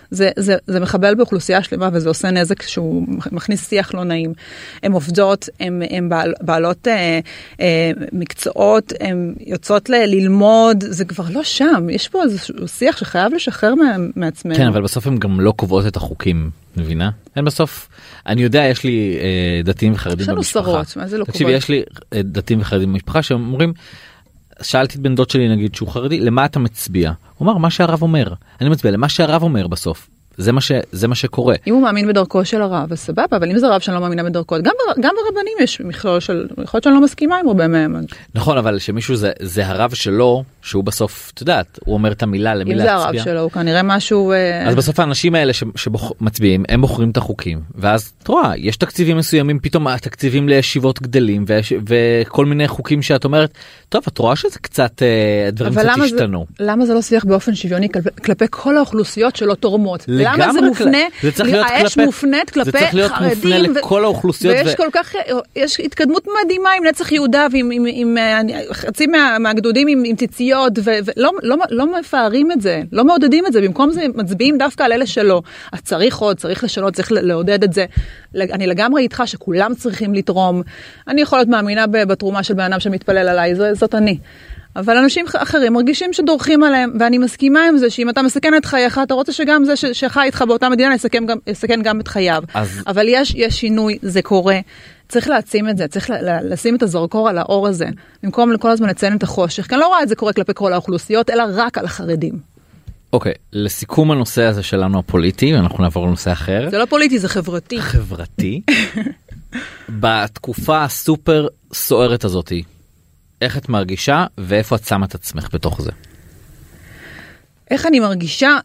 זה, זה, זה מחבל באוכלוסייה שלמה, וזה עושה נזק שהוא מכניס שיח לא נעים. הן עובדות, הן בעל, בעלות אה, אה, מקצועות, הן יוצאות ל, ללמוד, זה כבר לא שם. יש פה איזשהו שיח שחייב לשחרר מה, מעצמנו. כן, אבל בסוף הן גם לא קובעות את החוקים, מבינה? הן בסוף, אני יודע, יש לי אה, דתיים וחרדים במשפחה. יש לנו שרות, מה זה לא קובעות? תקשיבי, יש לי אה, דתיים וחרדים במשפחה שאומרים, שאלתי את בן דוד שלי, נגיד, שהוא חרדי, למה אתה מצביע? הוא אמר, מה שהרב אומר. אני מצביע, למה שהרב אומר בסוף. זה מה ש, זה מה שקורה. אם הוא מאמין בדרכו של הרב, אז סבבה, אבל אם זה רב שאני לא מאמינה בדרכו, גם, גם ברבנים יש מכלול של, יכול להיות שאני לא מסכימה עם הרבה מהם. נכון, אבל שמישהו זה, זה הרב שלו, שהוא בסוף, את יודעת, הוא אומר את המילה, למי להצביע. אם זה הרב שלו, הוא כנראה משהו... אז בסוף האנשים האלה שמצביעים, הם בוחרים את החוקים, ואז, תראה, יש תקציבים מסוימים, פתאום התקציבים לישיבות גדלים, וכל מיני חוקים שאת אומרת, טוב, את רואה שזה קצת, הדברים קצת השתנו. למה זה לא שיח באופן שוויוני כלפי כל האוכלוסיות שלא תורמות? למה זה מופנה? זה צריך להיות האש מופנית כלפי חרדים. זה צריך להיות מופנה לכל האוכלוסיות. ויש כל כך, יש התקדמות מדהימה עם נצח יהודה, ועם חצי מהגדודים עם ציציות, ולא מפארים את זה, לא מעודדים את זה, במקום זה מצביעים דווקא על אלה שלא. אז צריך עוד, צריך לשנות, צריך לעודד את זה. אני לגמרי איתך שכולם צריכים לתרום. אני יכולה להיות מאמינה בתרומה של בן אדם שמתפלל עליי, זאת אני. אבל אנשים אחרים מרגישים שדורכים עליהם, ואני מסכימה עם זה שאם אתה מסכן את חייך, אתה רוצה שגם זה שחי איתך באותה מדינה יסכן גם, יסכן גם את חייו. אז... אבל יש, יש שינוי, זה קורה. צריך להעצים את זה, צריך לשים את הזרקור על האור הזה, במקום לכל הזמן לציין את החושך, כי אני לא רואה את זה קורה כלפי כל האוכלוסיות, אלא רק על החרדים. אוקיי, לסיכום הנושא הזה שלנו הפוליטי, ואנחנו נעבור לנושא אחר. זה לא פוליטי, זה חברתי. חברתי. בתקופה הסופר סוערת הזאת, איך את מרגישה ואיפה את שמה את עצמך בתוך זה? איך אני מרגישה?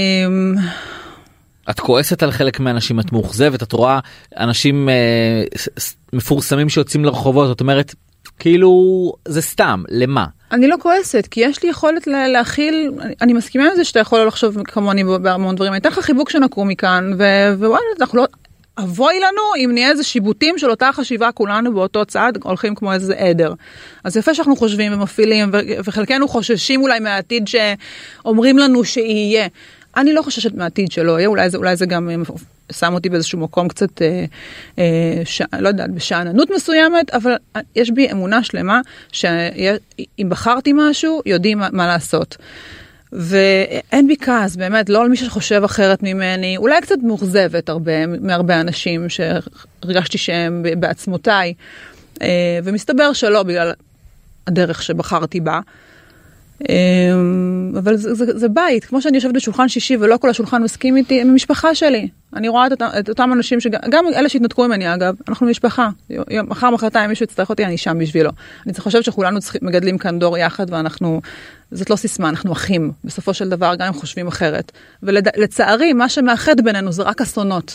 את כועסת על חלק מהאנשים, את מאוכזבת, את רואה אנשים אה, מפורסמים שיוצאים לרחובות, זאת אומרת, כאילו זה סתם, למה? אני לא כועסת, כי יש לי יכולת להכיל, אני, אני מסכימה עם זה שאתה יכול לחשוב כמוני בהמון דברים, הייתה לך חיבוק שנקום מכאן, ווואלה, אנחנו לא... אבוי לנו אם נהיה איזה שיבוטים של אותה חשיבה כולנו באותו צעד, הולכים כמו איזה עדר. אז יפה שאנחנו חושבים ומפעילים, וחלקנו חוששים אולי מהעתיד שאומרים לנו שיהיה. אני לא חוששת מהעתיד שלא יהיה, אולי זה, אולי זה גם שם אותי באיזשהו מקום קצת, אה, אה, ש... לא יודעת, בשעננות מסוימת, אבל יש בי אמונה שלמה שאם בחרתי משהו, יודעים מה, מה לעשות. ואין בי כעס, באמת, לא על מי שחושב אחרת ממני, אולי קצת מאוכזבת הרבה, מהרבה אנשים שהרגשתי שהם בעצמותיי, ומסתבר שלא בגלל הדרך שבחרתי בה. אבל זה, זה, זה בית, כמו שאני יושבת בשולחן שישי ולא כל השולחן מסכים איתי, הם משפחה שלי. אני רואה את, את אותם אנשים, שגם אלה שהתנתקו ממני אגב, אנחנו משפחה. מחר מחרתיים מישהו יצטרך אותי, אני שם בשבילו. אני חושבת שכולנו מגדלים כאן דור יחד, ואנחנו, זאת לא סיסמה, אנחנו אחים. בסופו של דבר גם הם חושבים אחרת. ולצערי, מה שמאחד בינינו זה רק אסונות.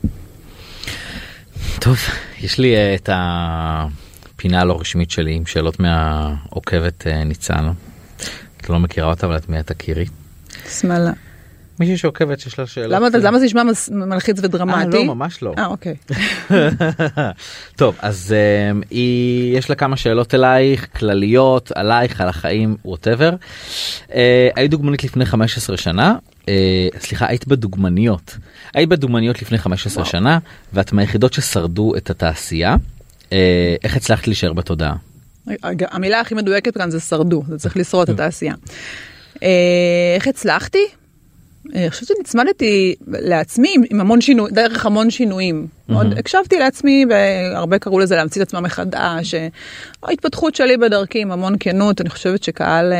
טוב, יש לי uh, את הפינה הלא רשמית שלי עם שאלות מהעוקבת uh, ניצן. את לא מכירה אותה, אבל את מי את תכירי? שמאלה. מישהי שעוקבת שיש לה שאלות. למה, למה זה נשמע מלחיץ ודרמטי? אה, לא, ממש לא. אה, אוקיי. טוב, אז um, היא, יש לה כמה שאלות אלייך, כלליות, עלייך, על החיים, whatever. Uh, היית דוגמנית לפני חמש עשרה שנה, uh, סליחה, היית בדוגמניות. היית בדוגמניות לפני חמש עשרה וואו. שנה, ואת מהיחידות ששרדו את התעשייה. Uh, איך הצלחת להישאר בתודעה? המילה הכי מדויקת כאן זה שרדו, זה צריך לשרוד את התעשייה. איך הצלחתי? אני חושבת שנצמדתי לעצמי עם המון שינויים, דרך המון שינויים. הקשבתי לעצמי, והרבה קראו לזה להמציא את עצמם מחדש, ההתפתחות שלי בדרכי עם המון כנות, אני חושבת שקהל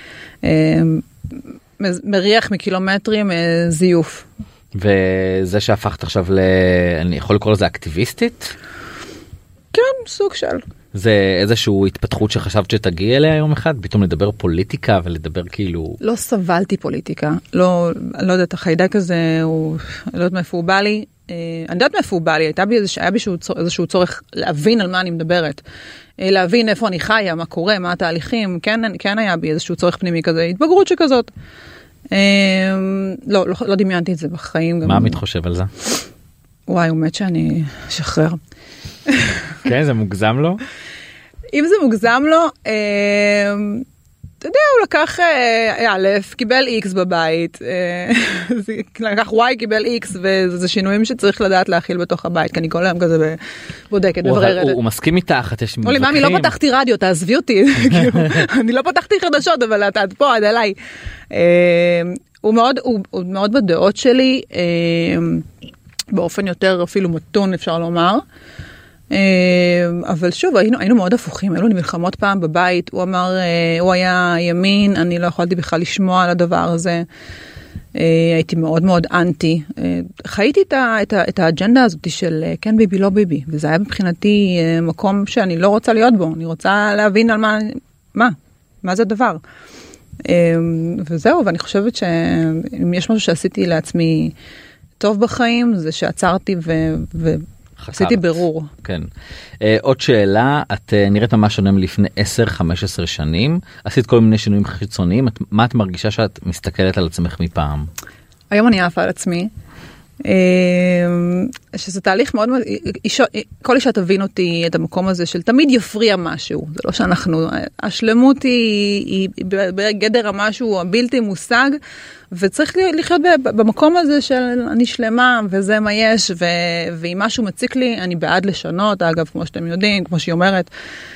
מריח מקילומטרים זיוף. וזה שהפכת עכשיו ל... אני יכול לקרוא לזה אקטיביסטית? כן, סוג של... זה איזשהו התפתחות שחשבת שתגיע אליה יום אחד? פתאום לדבר פוליטיקה ולדבר כאילו... לא סבלתי פוליטיקה. לא, לא יודעת, החיידק הזה הוא... לא יודעת מאיפה הוא בא לי. אני יודעת מאיפה הוא בא לי. הייתה בי איזשהו, היה בי איזשהו צורך להבין על מה אני מדברת. להבין איפה אני חיה, מה קורה, מה התהליכים. כן, כן היה בי איזשהו צורך פנימי כזה. התבגרות שכזאת. לא, לא, לא דמיינתי את זה בחיים. מה עמית חושב על זה? וואי, הוא מת שאני אשחרר. כן, זה מוגזם לו? אם זה מוגזם לו, אתה יודע, הוא לקח א', קיבל X בבית, לקח Y, קיבל X, וזה שינויים שצריך לדעת להכיל בתוך הבית, כי אני כל היום כזה בודקת, מבררת. הוא מסכים איתך, את יש מתווכחים. ממי, לא פתחתי רדיו, תעזבי אותי. אני לא פתחתי חדשות, אבל אתה פה עד אליי. הוא מאוד בדעות שלי, באופן יותר אפילו מתון, אפשר לומר. אבל שוב, היינו, היינו מאוד הפוכים, היו לנו מלחמות פעם בבית, הוא אמר, הוא היה ימין, אני לא יכולתי בכלל לשמוע על הדבר הזה, הייתי מאוד מאוד אנטי, חייתי את, ה, את, ה, את האג'נדה הזאת של כן ביבי לא ביבי, וזה היה מבחינתי מקום שאני לא רוצה להיות בו, אני רוצה להבין על מה, מה, מה זה הדבר. וזהו, ואני חושבת שאם יש משהו שעשיתי לעצמי טוב בחיים, זה שעצרתי ו... ו עשיתי ברור. כן. עוד שאלה, את נראית ממש שונה מלפני עשר חמש עשרה שנים, עשית כל מיני שינויים חיצוניים, מה את מרגישה שאת מסתכלת על עצמך מפעם? היום אני עפה על עצמי, שזה תהליך מאוד מאוד, כל אישה תבין אותי את המקום הזה של תמיד יפריע משהו, זה לא שאנחנו, השלמות היא בגדר המשהו הבלתי מושג, וצריך לחיות במקום הזה של אני שלמה וזה מה יש, ואם משהו מציק לי אני בעד לשנות, אגב כמו שאתם יודעים, כמו שהיא אומרת,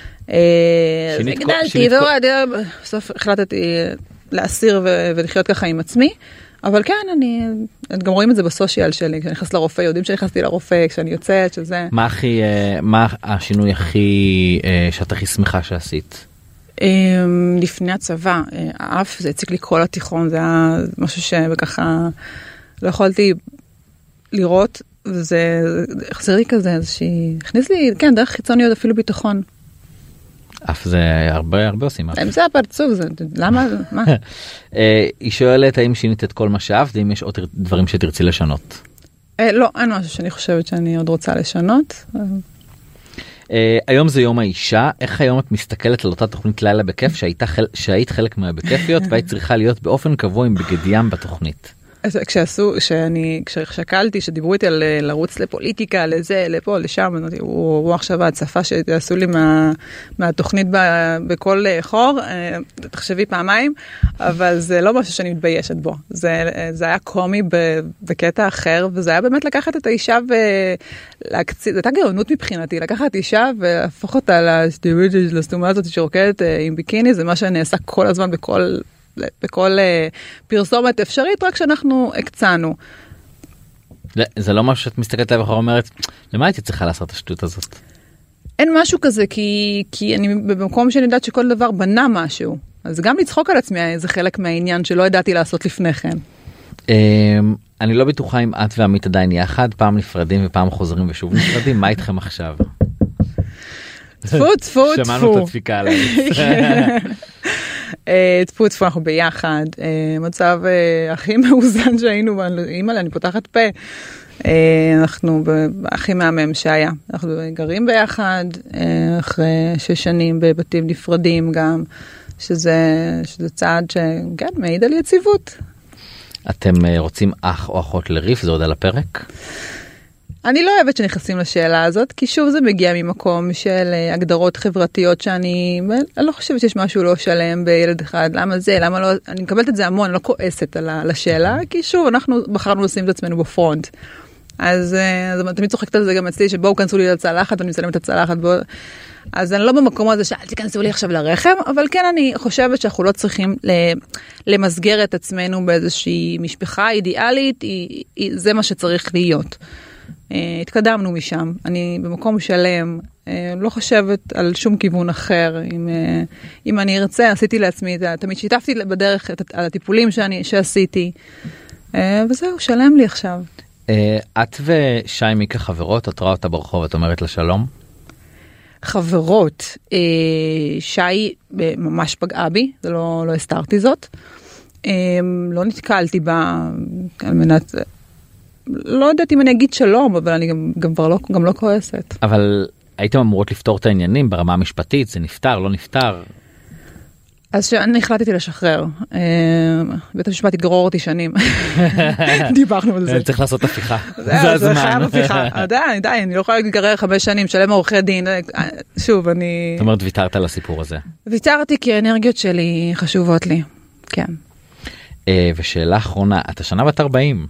גדלתי ובסוף החלטתי להסיר ולחיות ככה עם עצמי, אבל כן, אני, גם רואים את זה בסושיאל שלי, כשאני נכנס לרופא, יודעים שנכנסתי לרופא, כשאני יוצאת, שזה... מה הכי, מה השינוי הכי, שאת הכי שמחה שעשית? לפני הצבא, האף, זה הציק לי כל התיכון, זה היה משהו שככה לא יכולתי לראות, וזה החזיר לי כזה, איזושהי, הכניס לי, כן, דרך חיצוניות, אפילו ביטחון. אף זה הרבה הרבה עושים. אם זה הפרצוף, זה, למה, מה? היא שואלת האם שינית את כל מה שאהבת, ואם יש עוד דברים שתרצי לשנות. לא, אין משהו שאני חושבת שאני עוד רוצה לשנות. היום זה יום האישה, איך היום את מסתכלת על אותה תוכנית לילה בכיף, שהיית חלק מהבכיפיות, והיית צריכה להיות באופן קבוע עם בגד ים בתוכנית? כשעשו, שאני, כששקלתי, שדיברו איתי על לרוץ לפוליטיקה, לזה, לפה, לשם, הוא עכשיו ההצפה שעשו לי מה, מהתוכנית בכל חור, תחשבי פעמיים, אבל זה לא משהו שאני מתביישת בו. זה, זה היה קומי בקטע אחר, וזה היה באמת לקחת את האישה ולהקציב, זו הייתה גאונות מבחינתי, לקחת אישה ולהפוך אותה לסתומה הזאת שרוקדת עם ביקיני, זה מה שנעשה כל הזמן בכל... בכל פרסומת אפשרית, רק שאנחנו הקצנו. זה לא משהו שאת מסתכלת עליו ואומרת, למה הייתי צריכה לעשות את השטות הזאת? אין משהו כזה, כי, כי אני במקום שאני יודעת שכל דבר בנה משהו. אז גם לצחוק על עצמי זה חלק מהעניין שלא ידעתי לעשות לפני כן. אני לא בטוחה אם את ועמית עדיין יחד, פעם נפרדים ופעם חוזרים ושוב נפרדים, מה איתכם עכשיו? טפו, טפו, טפו. שמענו את הדפיקה עליהם. טפו, טפו, אנחנו ביחד. מצב הכי מאוזן שהיינו, אימא'לה, אני פותחת פה. אנחנו הכי מהמם שהיה. אנחנו גרים ביחד, אחרי שש שנים בבתים נפרדים גם, שזה צעד שכן, מעיד על יציבות. אתם רוצים אח או אחות לריף? זה עוד על הפרק? אני לא אוהבת שנכנסים לשאלה הזאת, כי שוב זה מגיע ממקום של הגדרות חברתיות שאני, אני לא חושבת שיש משהו לא שלם בילד אחד, למה זה, למה לא, אני מקבלת את זה המון, אני לא כועסת על השאלה, כי שוב אנחנו בחרנו לשים את עצמנו בפרונט. אז, אז תמיד צוחקת על זה גם אצלי, שבואו כנסו לי לצלחת, ואני מצלמת את הצלחת, בוא... אז אני לא במקום הזה שאל תיכנסו לי עכשיו לרחם, אבל כן אני חושבת שאנחנו לא צריכים למסגר את עצמנו באיזושהי משפחה אידיאלית, זה מה שצריך להיות. התקדמנו משם, אני במקום שלם, לא חושבת על שום כיוון אחר, אם, אם אני ארצה, עשיתי לעצמי, תמיד שיתפתי בדרך על הטיפולים שאני, שעשיתי, וזהו, שלם לי עכשיו. את ושי מיקה חברות, את רואה אותה ברחוב, את אומרת לה שלום? חברות, שי ממש פגעה בי, זה לא, לא הסתרתי זאת, לא נתקלתי בה על מנת... לא יודעת אם אני אגיד שלום, אבל אני גם, גם, לא, גם לא כועסת. אבל הייתם אמורות לפתור את העניינים ברמה המשפטית, זה נפטר, לא נפטר? אז שאני החלטתי לשחרר. בית המשפט יגרור אותי שנים. דיברנו על זה. צריך לעשות הפיכה. זה הזמן. זה חייב הפיכה. די, די, אני לא יכולה להתגרר חמש שנים, שלם עורכי דין. שוב, אני... זאת אומרת, ויתרת על הסיפור הזה. ויתרתי כי האנרגיות שלי חשובות לי. כן. ושאלה אחרונה, אתה שנה בת ארבעים.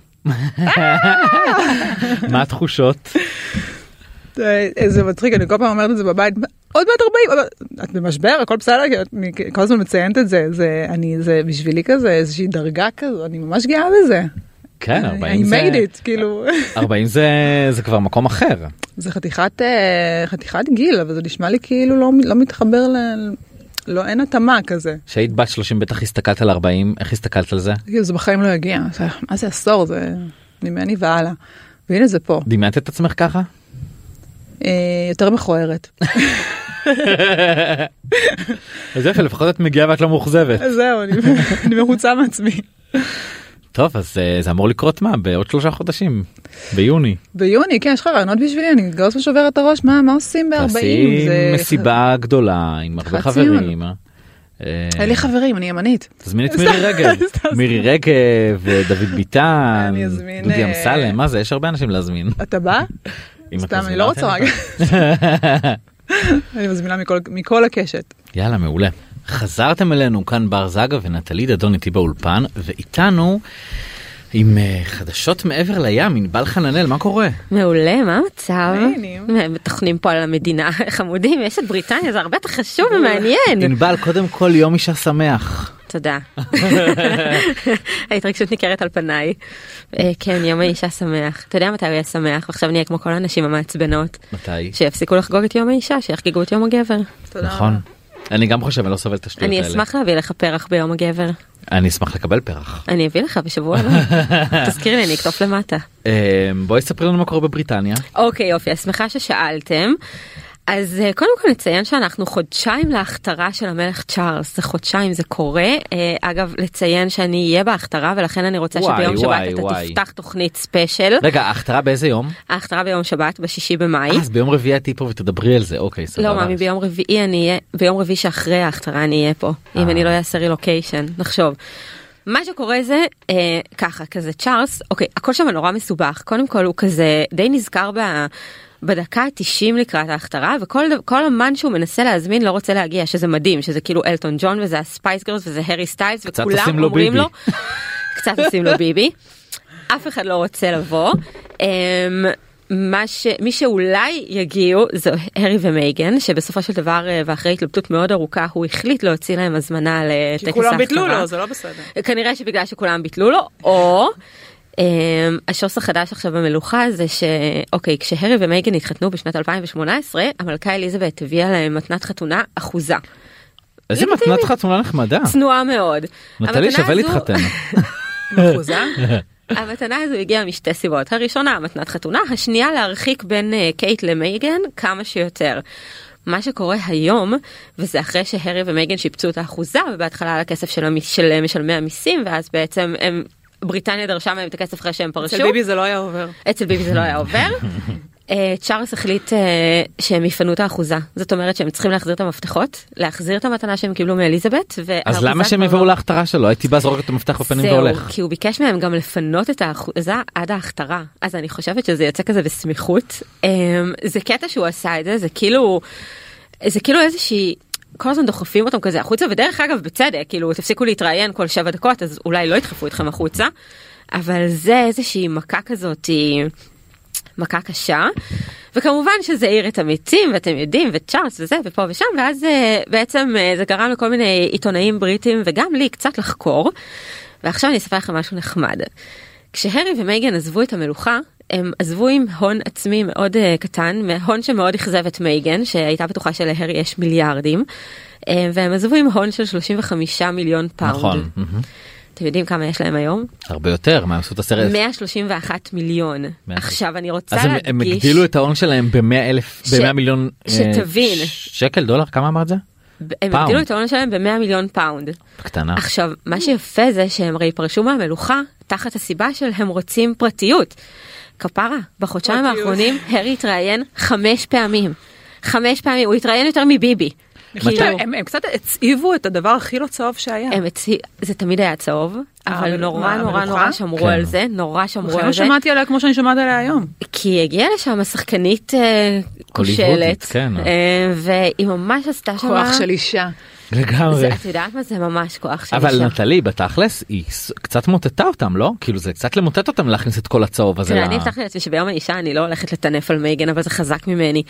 מה התחושות? זה מצחיק, אני כל פעם אומרת את זה בבית, עוד מעט ארבעים, את במשבר, הכל בסדר, אני כל הזמן מציינת את זה, זה בשבילי כזה, איזושהי דרגה כזו, אני ממש גאה בזה. כן, ארבעים זה... I made it, כאילו. ארבעים זה כבר מקום אחר. זה חתיכת גיל, אבל זה נשמע לי כאילו לא מתחבר ל... לא, אין התאמה כזה. שהיית בת שלושים, בטח הסתכלת על ארבעים, איך הסתכלת על זה? זה בחיים לא יגיע, מה זה עשור, זה ממני והלאה. והנה זה פה. דמיינת את עצמך ככה? יותר מכוערת. אז יפה, לפחות את מגיעה ואת לא מאוכזבת. זהו, אני מרוצה מעצמי. טוב, אז זה אמור לקרות מה? בעוד שלושה חודשים? ביוני? ביוני, כן, יש לך רעיונות בשבילי, אני גרס ושובר את הראש, מה עושים ב-ארבעים? תעשי מסיבה גדולה, עם הרבה חברים. אין לי חברים, אני ימנית. תזמין את מירי רגב. מירי רגב, דוד ביטן, דודי אמסלם, מה זה? יש הרבה אנשים להזמין. אתה בא? סתם, אני לא רוצה רגע. אני מזמינה מכל הקשת. יאללה, מעולה. חזרתם אלינו כאן בר זגה ונטלי דדון איתי באולפן, ואיתנו עם חדשות מעבר לים, ענבל חננאל, מה קורה? מעולה, מה המצב? מתכנים פה על המדינה, חמודים, יש את בריטניה, זה הרבה יותר חשוב ומעניין. ענבל, קודם כל יום אישה שמח. תודה. ההתרגשות ניכרת על פניי. כן, יום האישה שמח. אתה יודע מתי הוא יהיה שמח? ועכשיו נהיה כמו כל האנשים המעצבנות. מתי? שיפסיקו לחגוג את יום האישה, שיחגגו את יום הגבר. נכון. אני גם חושב, אני לא סובל את השטויות האלה. אני אשמח להביא לך פרח ביום הגבר. אני אשמח לקבל פרח. אני אביא לך בשבוע הבא. תזכיר לי, אני אכתוב למטה. בואי ספרי לנו מה קורה בבריטניה. אוקיי, יופי, שמחה ששאלתם. אז קודם כל נציין שאנחנו חודשיים להכתרה של המלך צ'ארלס, זה חודשיים, זה קורה. אגב, לציין שאני אהיה בהכתרה, ולכן אני רוצה שביום שבת אתה תפתח תוכנית ספיישל. רגע, ההכתרה באיזה יום? ההכתרה ביום שבת, בשישי במאי. אז ביום רביעי את תהיי פה ותדברי על זה, אוקיי, סבבה. לא, מאמי, ביום רביעי אני אהיה, ביום רביעי שאחרי ההכתרה אני אהיה פה, אם אני לא אעשה רילוקיישן, נחשוב. מה שקורה זה אה, ככה, כזה צ'ארלס, אוקיי, הכל שם נורא מסובך. קודם כל הוא כזה די נזכר ב... בדקה ה-תשעים לקראת ההכתרה, וכל כל המן שהוא מנסה להזמין לא רוצה להגיע, שזה מדהים, שזה כאילו אלטון ג'ון, וזה הספייס גרלס, וזה הרי סטיילס, וכולם אומרים לו, קצת עושים לו ביבי. אף אחד לא רוצה לבוא. מה ש... מי שאולי יגיעו זה הרי ומייגן, שבסופו של דבר, ואחרי התלבטות מאוד ארוכה, הוא החליט להוציא להם הזמנה לטקס ההכתרה. כי כולם ביטלו לו, זה לא בסדר. כנראה שבגלל שכולם ביטלו לו, או... השוס החדש עכשיו במלוכה זה שאוקיי, כשהרי ומייגן התחתנו בשנת אלפיים שמונה עשרה, המלכה אליזבת הביאה להם מתנת חתונה אחוזה. איזה מתנת חתונה נחמדה. צנועה מאוד. נטלי, שווה להתחתן. אחוזה? המתנה הזו הגיעה משתי סיבות. הראשונה, מתנת חתונה, השנייה להרחיק בין קייט למייגן כמה שיותר. מה שקורה היום, וזה אחרי שהרי ומייגן שיפצו את האחוזה, ובהתחלה על הכסף של משלמי המיסים, ואז בעצם הם... בריטניה דרשה מהם את הכסף אחרי שהם פרשו. אצל ביבי זה לא היה עובר. אצל ביבי זה לא היה עובר. צ'ארלס החליט שהם יפנו את האחוזה. זאת אומרת שהם צריכים להחזיר את המפתחות, להחזיר את המתנה שהם קיבלו מאליזבת. אז למה שהם יבואו להכתרה שלו? הייתי בא זרוק את המפתח בפנים והולך. זהו, כי הוא ביקש מהם גם לפנות את האחוזה עד ההכתרה. אז אני חושבת שזה יוצא כזה בסמיכות. זה קטע שהוא עשה את זה, זה כאילו, זה כאילו איזושהי... כל הזמן דוחפים אותם כזה החוצה, ודרך אגב בצדק, כאילו תפסיקו להתראיין כל שבע דקות, אז אולי לא ידחפו אתכם החוצה, אבל זה איזושהי מכה כזאת, מכה קשה, וכמובן שזה העיר את המיצים, ואתם יודעים, וצ'ארלס וזה, ופה ושם, ואז בעצם זה גרם לכל מיני עיתונאים בריטים, וגם לי קצת לחקור, ועכשיו אני אספר לכם משהו נחמד. כשהרי ומייגן עזבו את המלוכה, הם עזבו עם הון עצמי מאוד uh, קטן, הון שמאוד אכזב את מייגן, שהייתה בטוחה שלהרי יש מיליארדים, uh, והם עזבו עם הון של שלושים וחמישה מיליון פאונד. נכון. אתם יודעים כמה יש להם היום? הרבה יותר, מה עשו את הסרט? מאה שלושים ואחד מיליון. עכשיו אני רוצה אז להדגיש... אז הם הגדילו את ההון שלהם ב-מאה אלף, ש... ב-מאה מיליון... שתבין. ש... שקל, דולר, כמה אמרת זה? הם הגדילו את ההון שלהם ב-מאה מיליון פאונד. קטנה. עכשיו, מה שיפה זה שהם הרי פרשו מהמלוכה, תחת הסיבה של הם רוצים פרטיות. כפרה, בחודשיים האחרונים הרי התראיין חמש פעמים. חמש פעמים, הוא התראיין יותר מביבי. הם קצת הצעיבו את הדבר הכי לא צהוב שהיה. זה תמיד היה צהוב, אבל נורא נורא נורא שמרו על זה, נורא שמרו על לא זה. שמעתי עליה כמו שאני שומעת עליה היום. כי הגיעה לשם השחקנית כושלת, והיא ממש עשתה שם... כוח של אישה. לגמרי. את יודעת מה זה ממש כוח של אבל אישה. נטלי, בתכלס, היא קצת מוטטה אותם, לא? כאילו זה קצת למוטט אותם להכניס את כל הצהוב הזה. תראה, אני הבטחתי לעצמי שביום האישה אני לא הולכת לטנף על מייגן, אבל זה חזק ממני.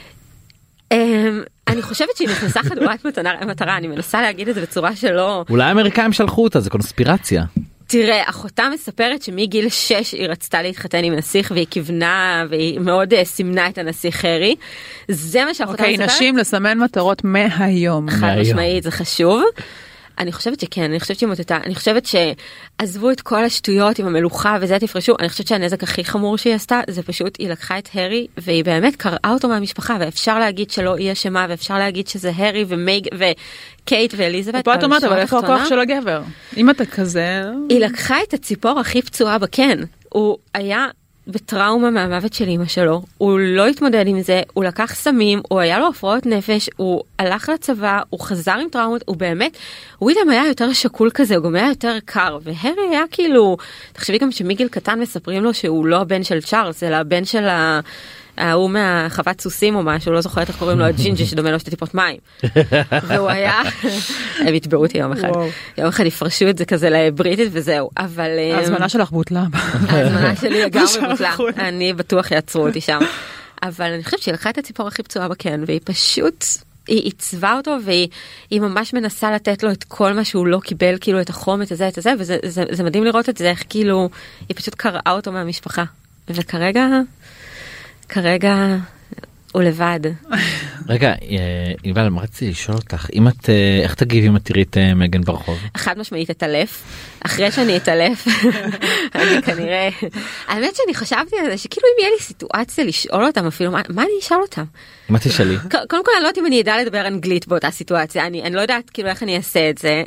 אני חושבת שהיא נכנסה חדורת מטרה, אני מנסה להגיד את זה בצורה שלא... אולי האמריקאים שלחו אותה, זה קונספירציה. תראה, אחותה מספרת שמגיל שש היא רצתה להתחתן עם נסיך, והיא כיוונה, והיא מאוד סימנה את הנסיך הרי. זה מה שאחותה מספרת. אוקיי, נשים לסמן מטרות מהיום. חד משמעית, זה חשוב. אני חושבת שכן, אני חושבת שהיא מוטטה, אני חושבת שעזבו את כל השטויות עם המלוכה וזה תפרשו, אני חושבת שהנזק הכי חמור שהיא עשתה, זה פשוט, היא לקחה את הרי, והיא באמת קראה אותו מהמשפחה, ואפשר להגיד שלא היא אשמה, ואפשר להגיד שזה הרי ומייג וקייט ואליזבת. ופה את אומרת, אבל איפה הכוח של הגבר? אם אתה כזה... היא לקחה את הציפור הכי פצועה בקן, הוא היה... בטראומה מהמוות של אמא שלו, הוא לא התמודד עם זה, הוא לקח סמים, הוא היה לו הפרעות נפש, הוא הלך לצבא, הוא חזר עם טראומות, הוא באמת, וויליאם היה יותר שקול כזה, הוא גם היה יותר קר, והרי היה כאילו, תחשבי גם שמיגל קטן מספרים לו שהוא לא הבן של צ'ארלס, אלא הבן של ה... הוא מהחוות סוסים או משהו, לא זוכרת איך קוראים לו, הג'ינג'י שדומה לו שתי טיפות מים. והוא היה, הם התבעו אותי יום אחד. יום אחד יפרשו את זה כזה לבריטית וזהו. אבל... ההזמנה שלך בוטלה. ההזמנה שלי לגמרי בוטלה. אני בטוח יעצרו אותי שם. אבל אני חושבת שהיא לקחה את הציפור הכי פצועה בקן, והיא פשוט, היא עיצבה אותו, והיא ממש מנסה לתת לו את כל מה שהוא לא קיבל, כאילו את החום, את הזה, את הזה, וזה מדהים לראות את זה, איך כאילו, היא פשוט קראה אותו מהמשפחה. וכרגע... כרגע הוא לבד. רגע, ענבל, מה רציתי לשאול אותך, אם את, איך תגיבי אם את תראי את מייגן ברחוב? חד משמעית אתעלף, אחרי שאני אתעלף, אני כנראה, האמת שאני חשבתי על זה, שכאילו אם יהיה לי סיטואציה לשאול אותם אפילו, מה, מה אני אשאל אותם? מה תשאלי? קודם כל אני לא יודעת אם אני אדע לדבר אנגלית באותה סיטואציה, אני, אני לא יודעת כאילו איך אני אעשה את זה.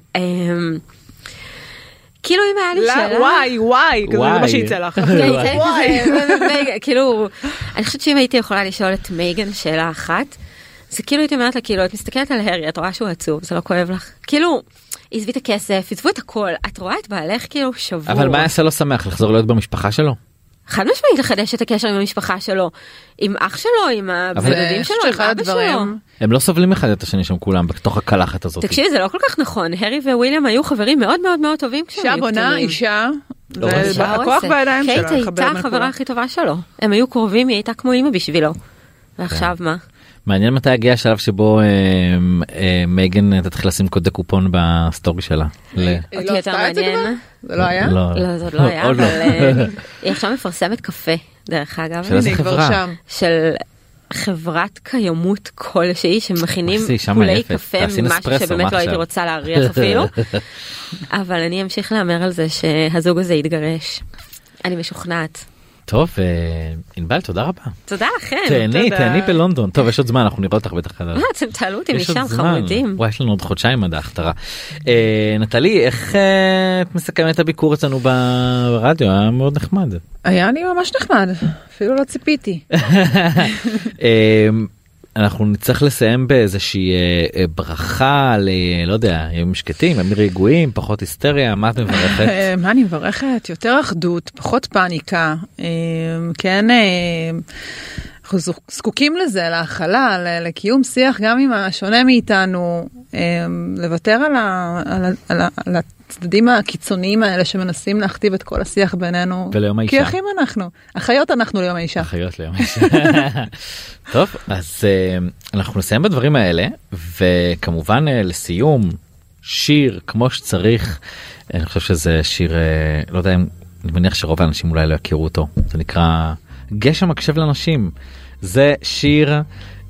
כאילו אם היה לי שאלה... וואי, וואי, כזה זה מה שיצא לך. כאילו, אני חושבת שאם הייתי יכולה לשאול את מייגן שאלה אחת, זה כאילו הייתי אומרת לה, כאילו, את מסתכלת על הרי, את רואה שהוא עצוב, זה לא כואב לך. כאילו, עזבי את הכסף, עזבו את הכל, את רואה את בעלך כאילו שבוע. אבל מה יעשה לו שמח? לחזור להיות במשפחה שלו? חד משמעית לחדש את הקשר עם המשפחה שלו, עם אח שלו, עם הבדודים שלו, עם אבא שלו. הם לא סובלים אחד את השני שם כולם בתוך הקלחת הזאת. תקשיבי, זה לא כל כך נכון. הרי וויליאם היו חברים מאוד מאוד מאוד טובים כשהם היו קטנים. אישה בונה, אישה, והכוח בידיים שלה. קייט הייתה החברה הכי טובה שלו. הם היו קרובים, היא הייתה כמו אמא בשבילו. ועכשיו מה? מעניין מתי הגיע השלב שבו מייגן תתחיל לשים קוד קופון בסטורי שלה. אותי יותר מעניין. זה לא היה? לא, זה לא היה, אבל היא עכשיו מפרסמת קפה, דרך אגב. של איזה חברה? של חברת קיימות כלשהי, שמכינים כולי קפה ממשהו שבאמת לא הייתי רוצה להריח אפילו. אבל אני אמשיך לאמר על זה שהזוג הזה יתגרש. אני משוכנעת. טוב, ענבל, תודה רבה. תודה לכם. תהני, תהני בלונדון. טוב, יש עוד זמן, אנחנו נראה אותך בטח חדש. אתם תעלו אותי משם, חמודים. וואי, יש לנו עוד חודשיים עד ההכתרה. נטלי, איך את מסכמת את הביקור אצלנו ברדיו? היה מאוד נחמד. היה לי ממש נחמד, אפילו לא ציפיתי. אנחנו נצטרך לסיים באיזושהי ברכה ל... לא יודע, ימים שקטים, ימים רגועים, פחות היסטריה, מה את מברכת? מה אני מברכת? יותר אחדות, פחות פאניקה, כן, אנחנו זקוקים לזה, להכלה, לקיום שיח גם עם השונה מאיתנו, לוותר על ה... על ה... על הצדדים הקיצוניים האלה שמנסים להכתיב את כל השיח בינינו. וליום האישה. כי אחים אנחנו. אחיות אנחנו ליום האישה. אחיות ליום האישה. טוב, אז uh, אנחנו נסיים בדברים האלה, וכמובן uh, לסיום, שיר כמו שצריך, אני חושב שזה שיר, uh, לא יודע אם, אני מניח שרוב האנשים אולי לא יכירו אותו, זה נקרא גשם מקשב לנשים. זה שיר uh,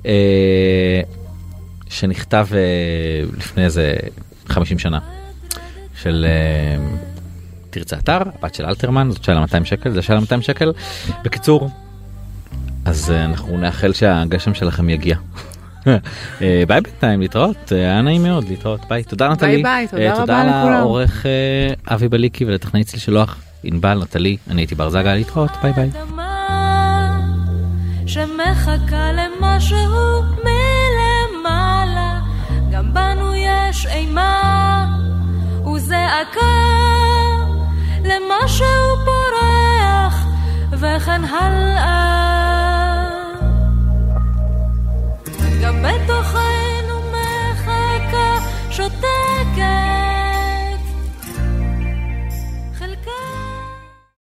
שנכתב uh, לפני איזה חמישים שנה. של תרצה אתר, הבת של אלתרמן, זאת שאלה מאתיים שקל, זה שאלה מאתיים שקל. בקיצור, אז אנחנו נאחל שהגשם שלכם יגיע. ביי בינתיים, להתראות, היה נעים מאוד, להתראות, ביי. תודה נטלי. ביי ביי, תודה רבה לכולם. תודה לעורך אבי בליקי ולטכנאי אצלי שלוח, ענבל, נטלי, אני הייתי בר זגה, להתראות, ביי ביי. שמחכה למשהו מלמעלה יש אימה וזעקה למשהו פה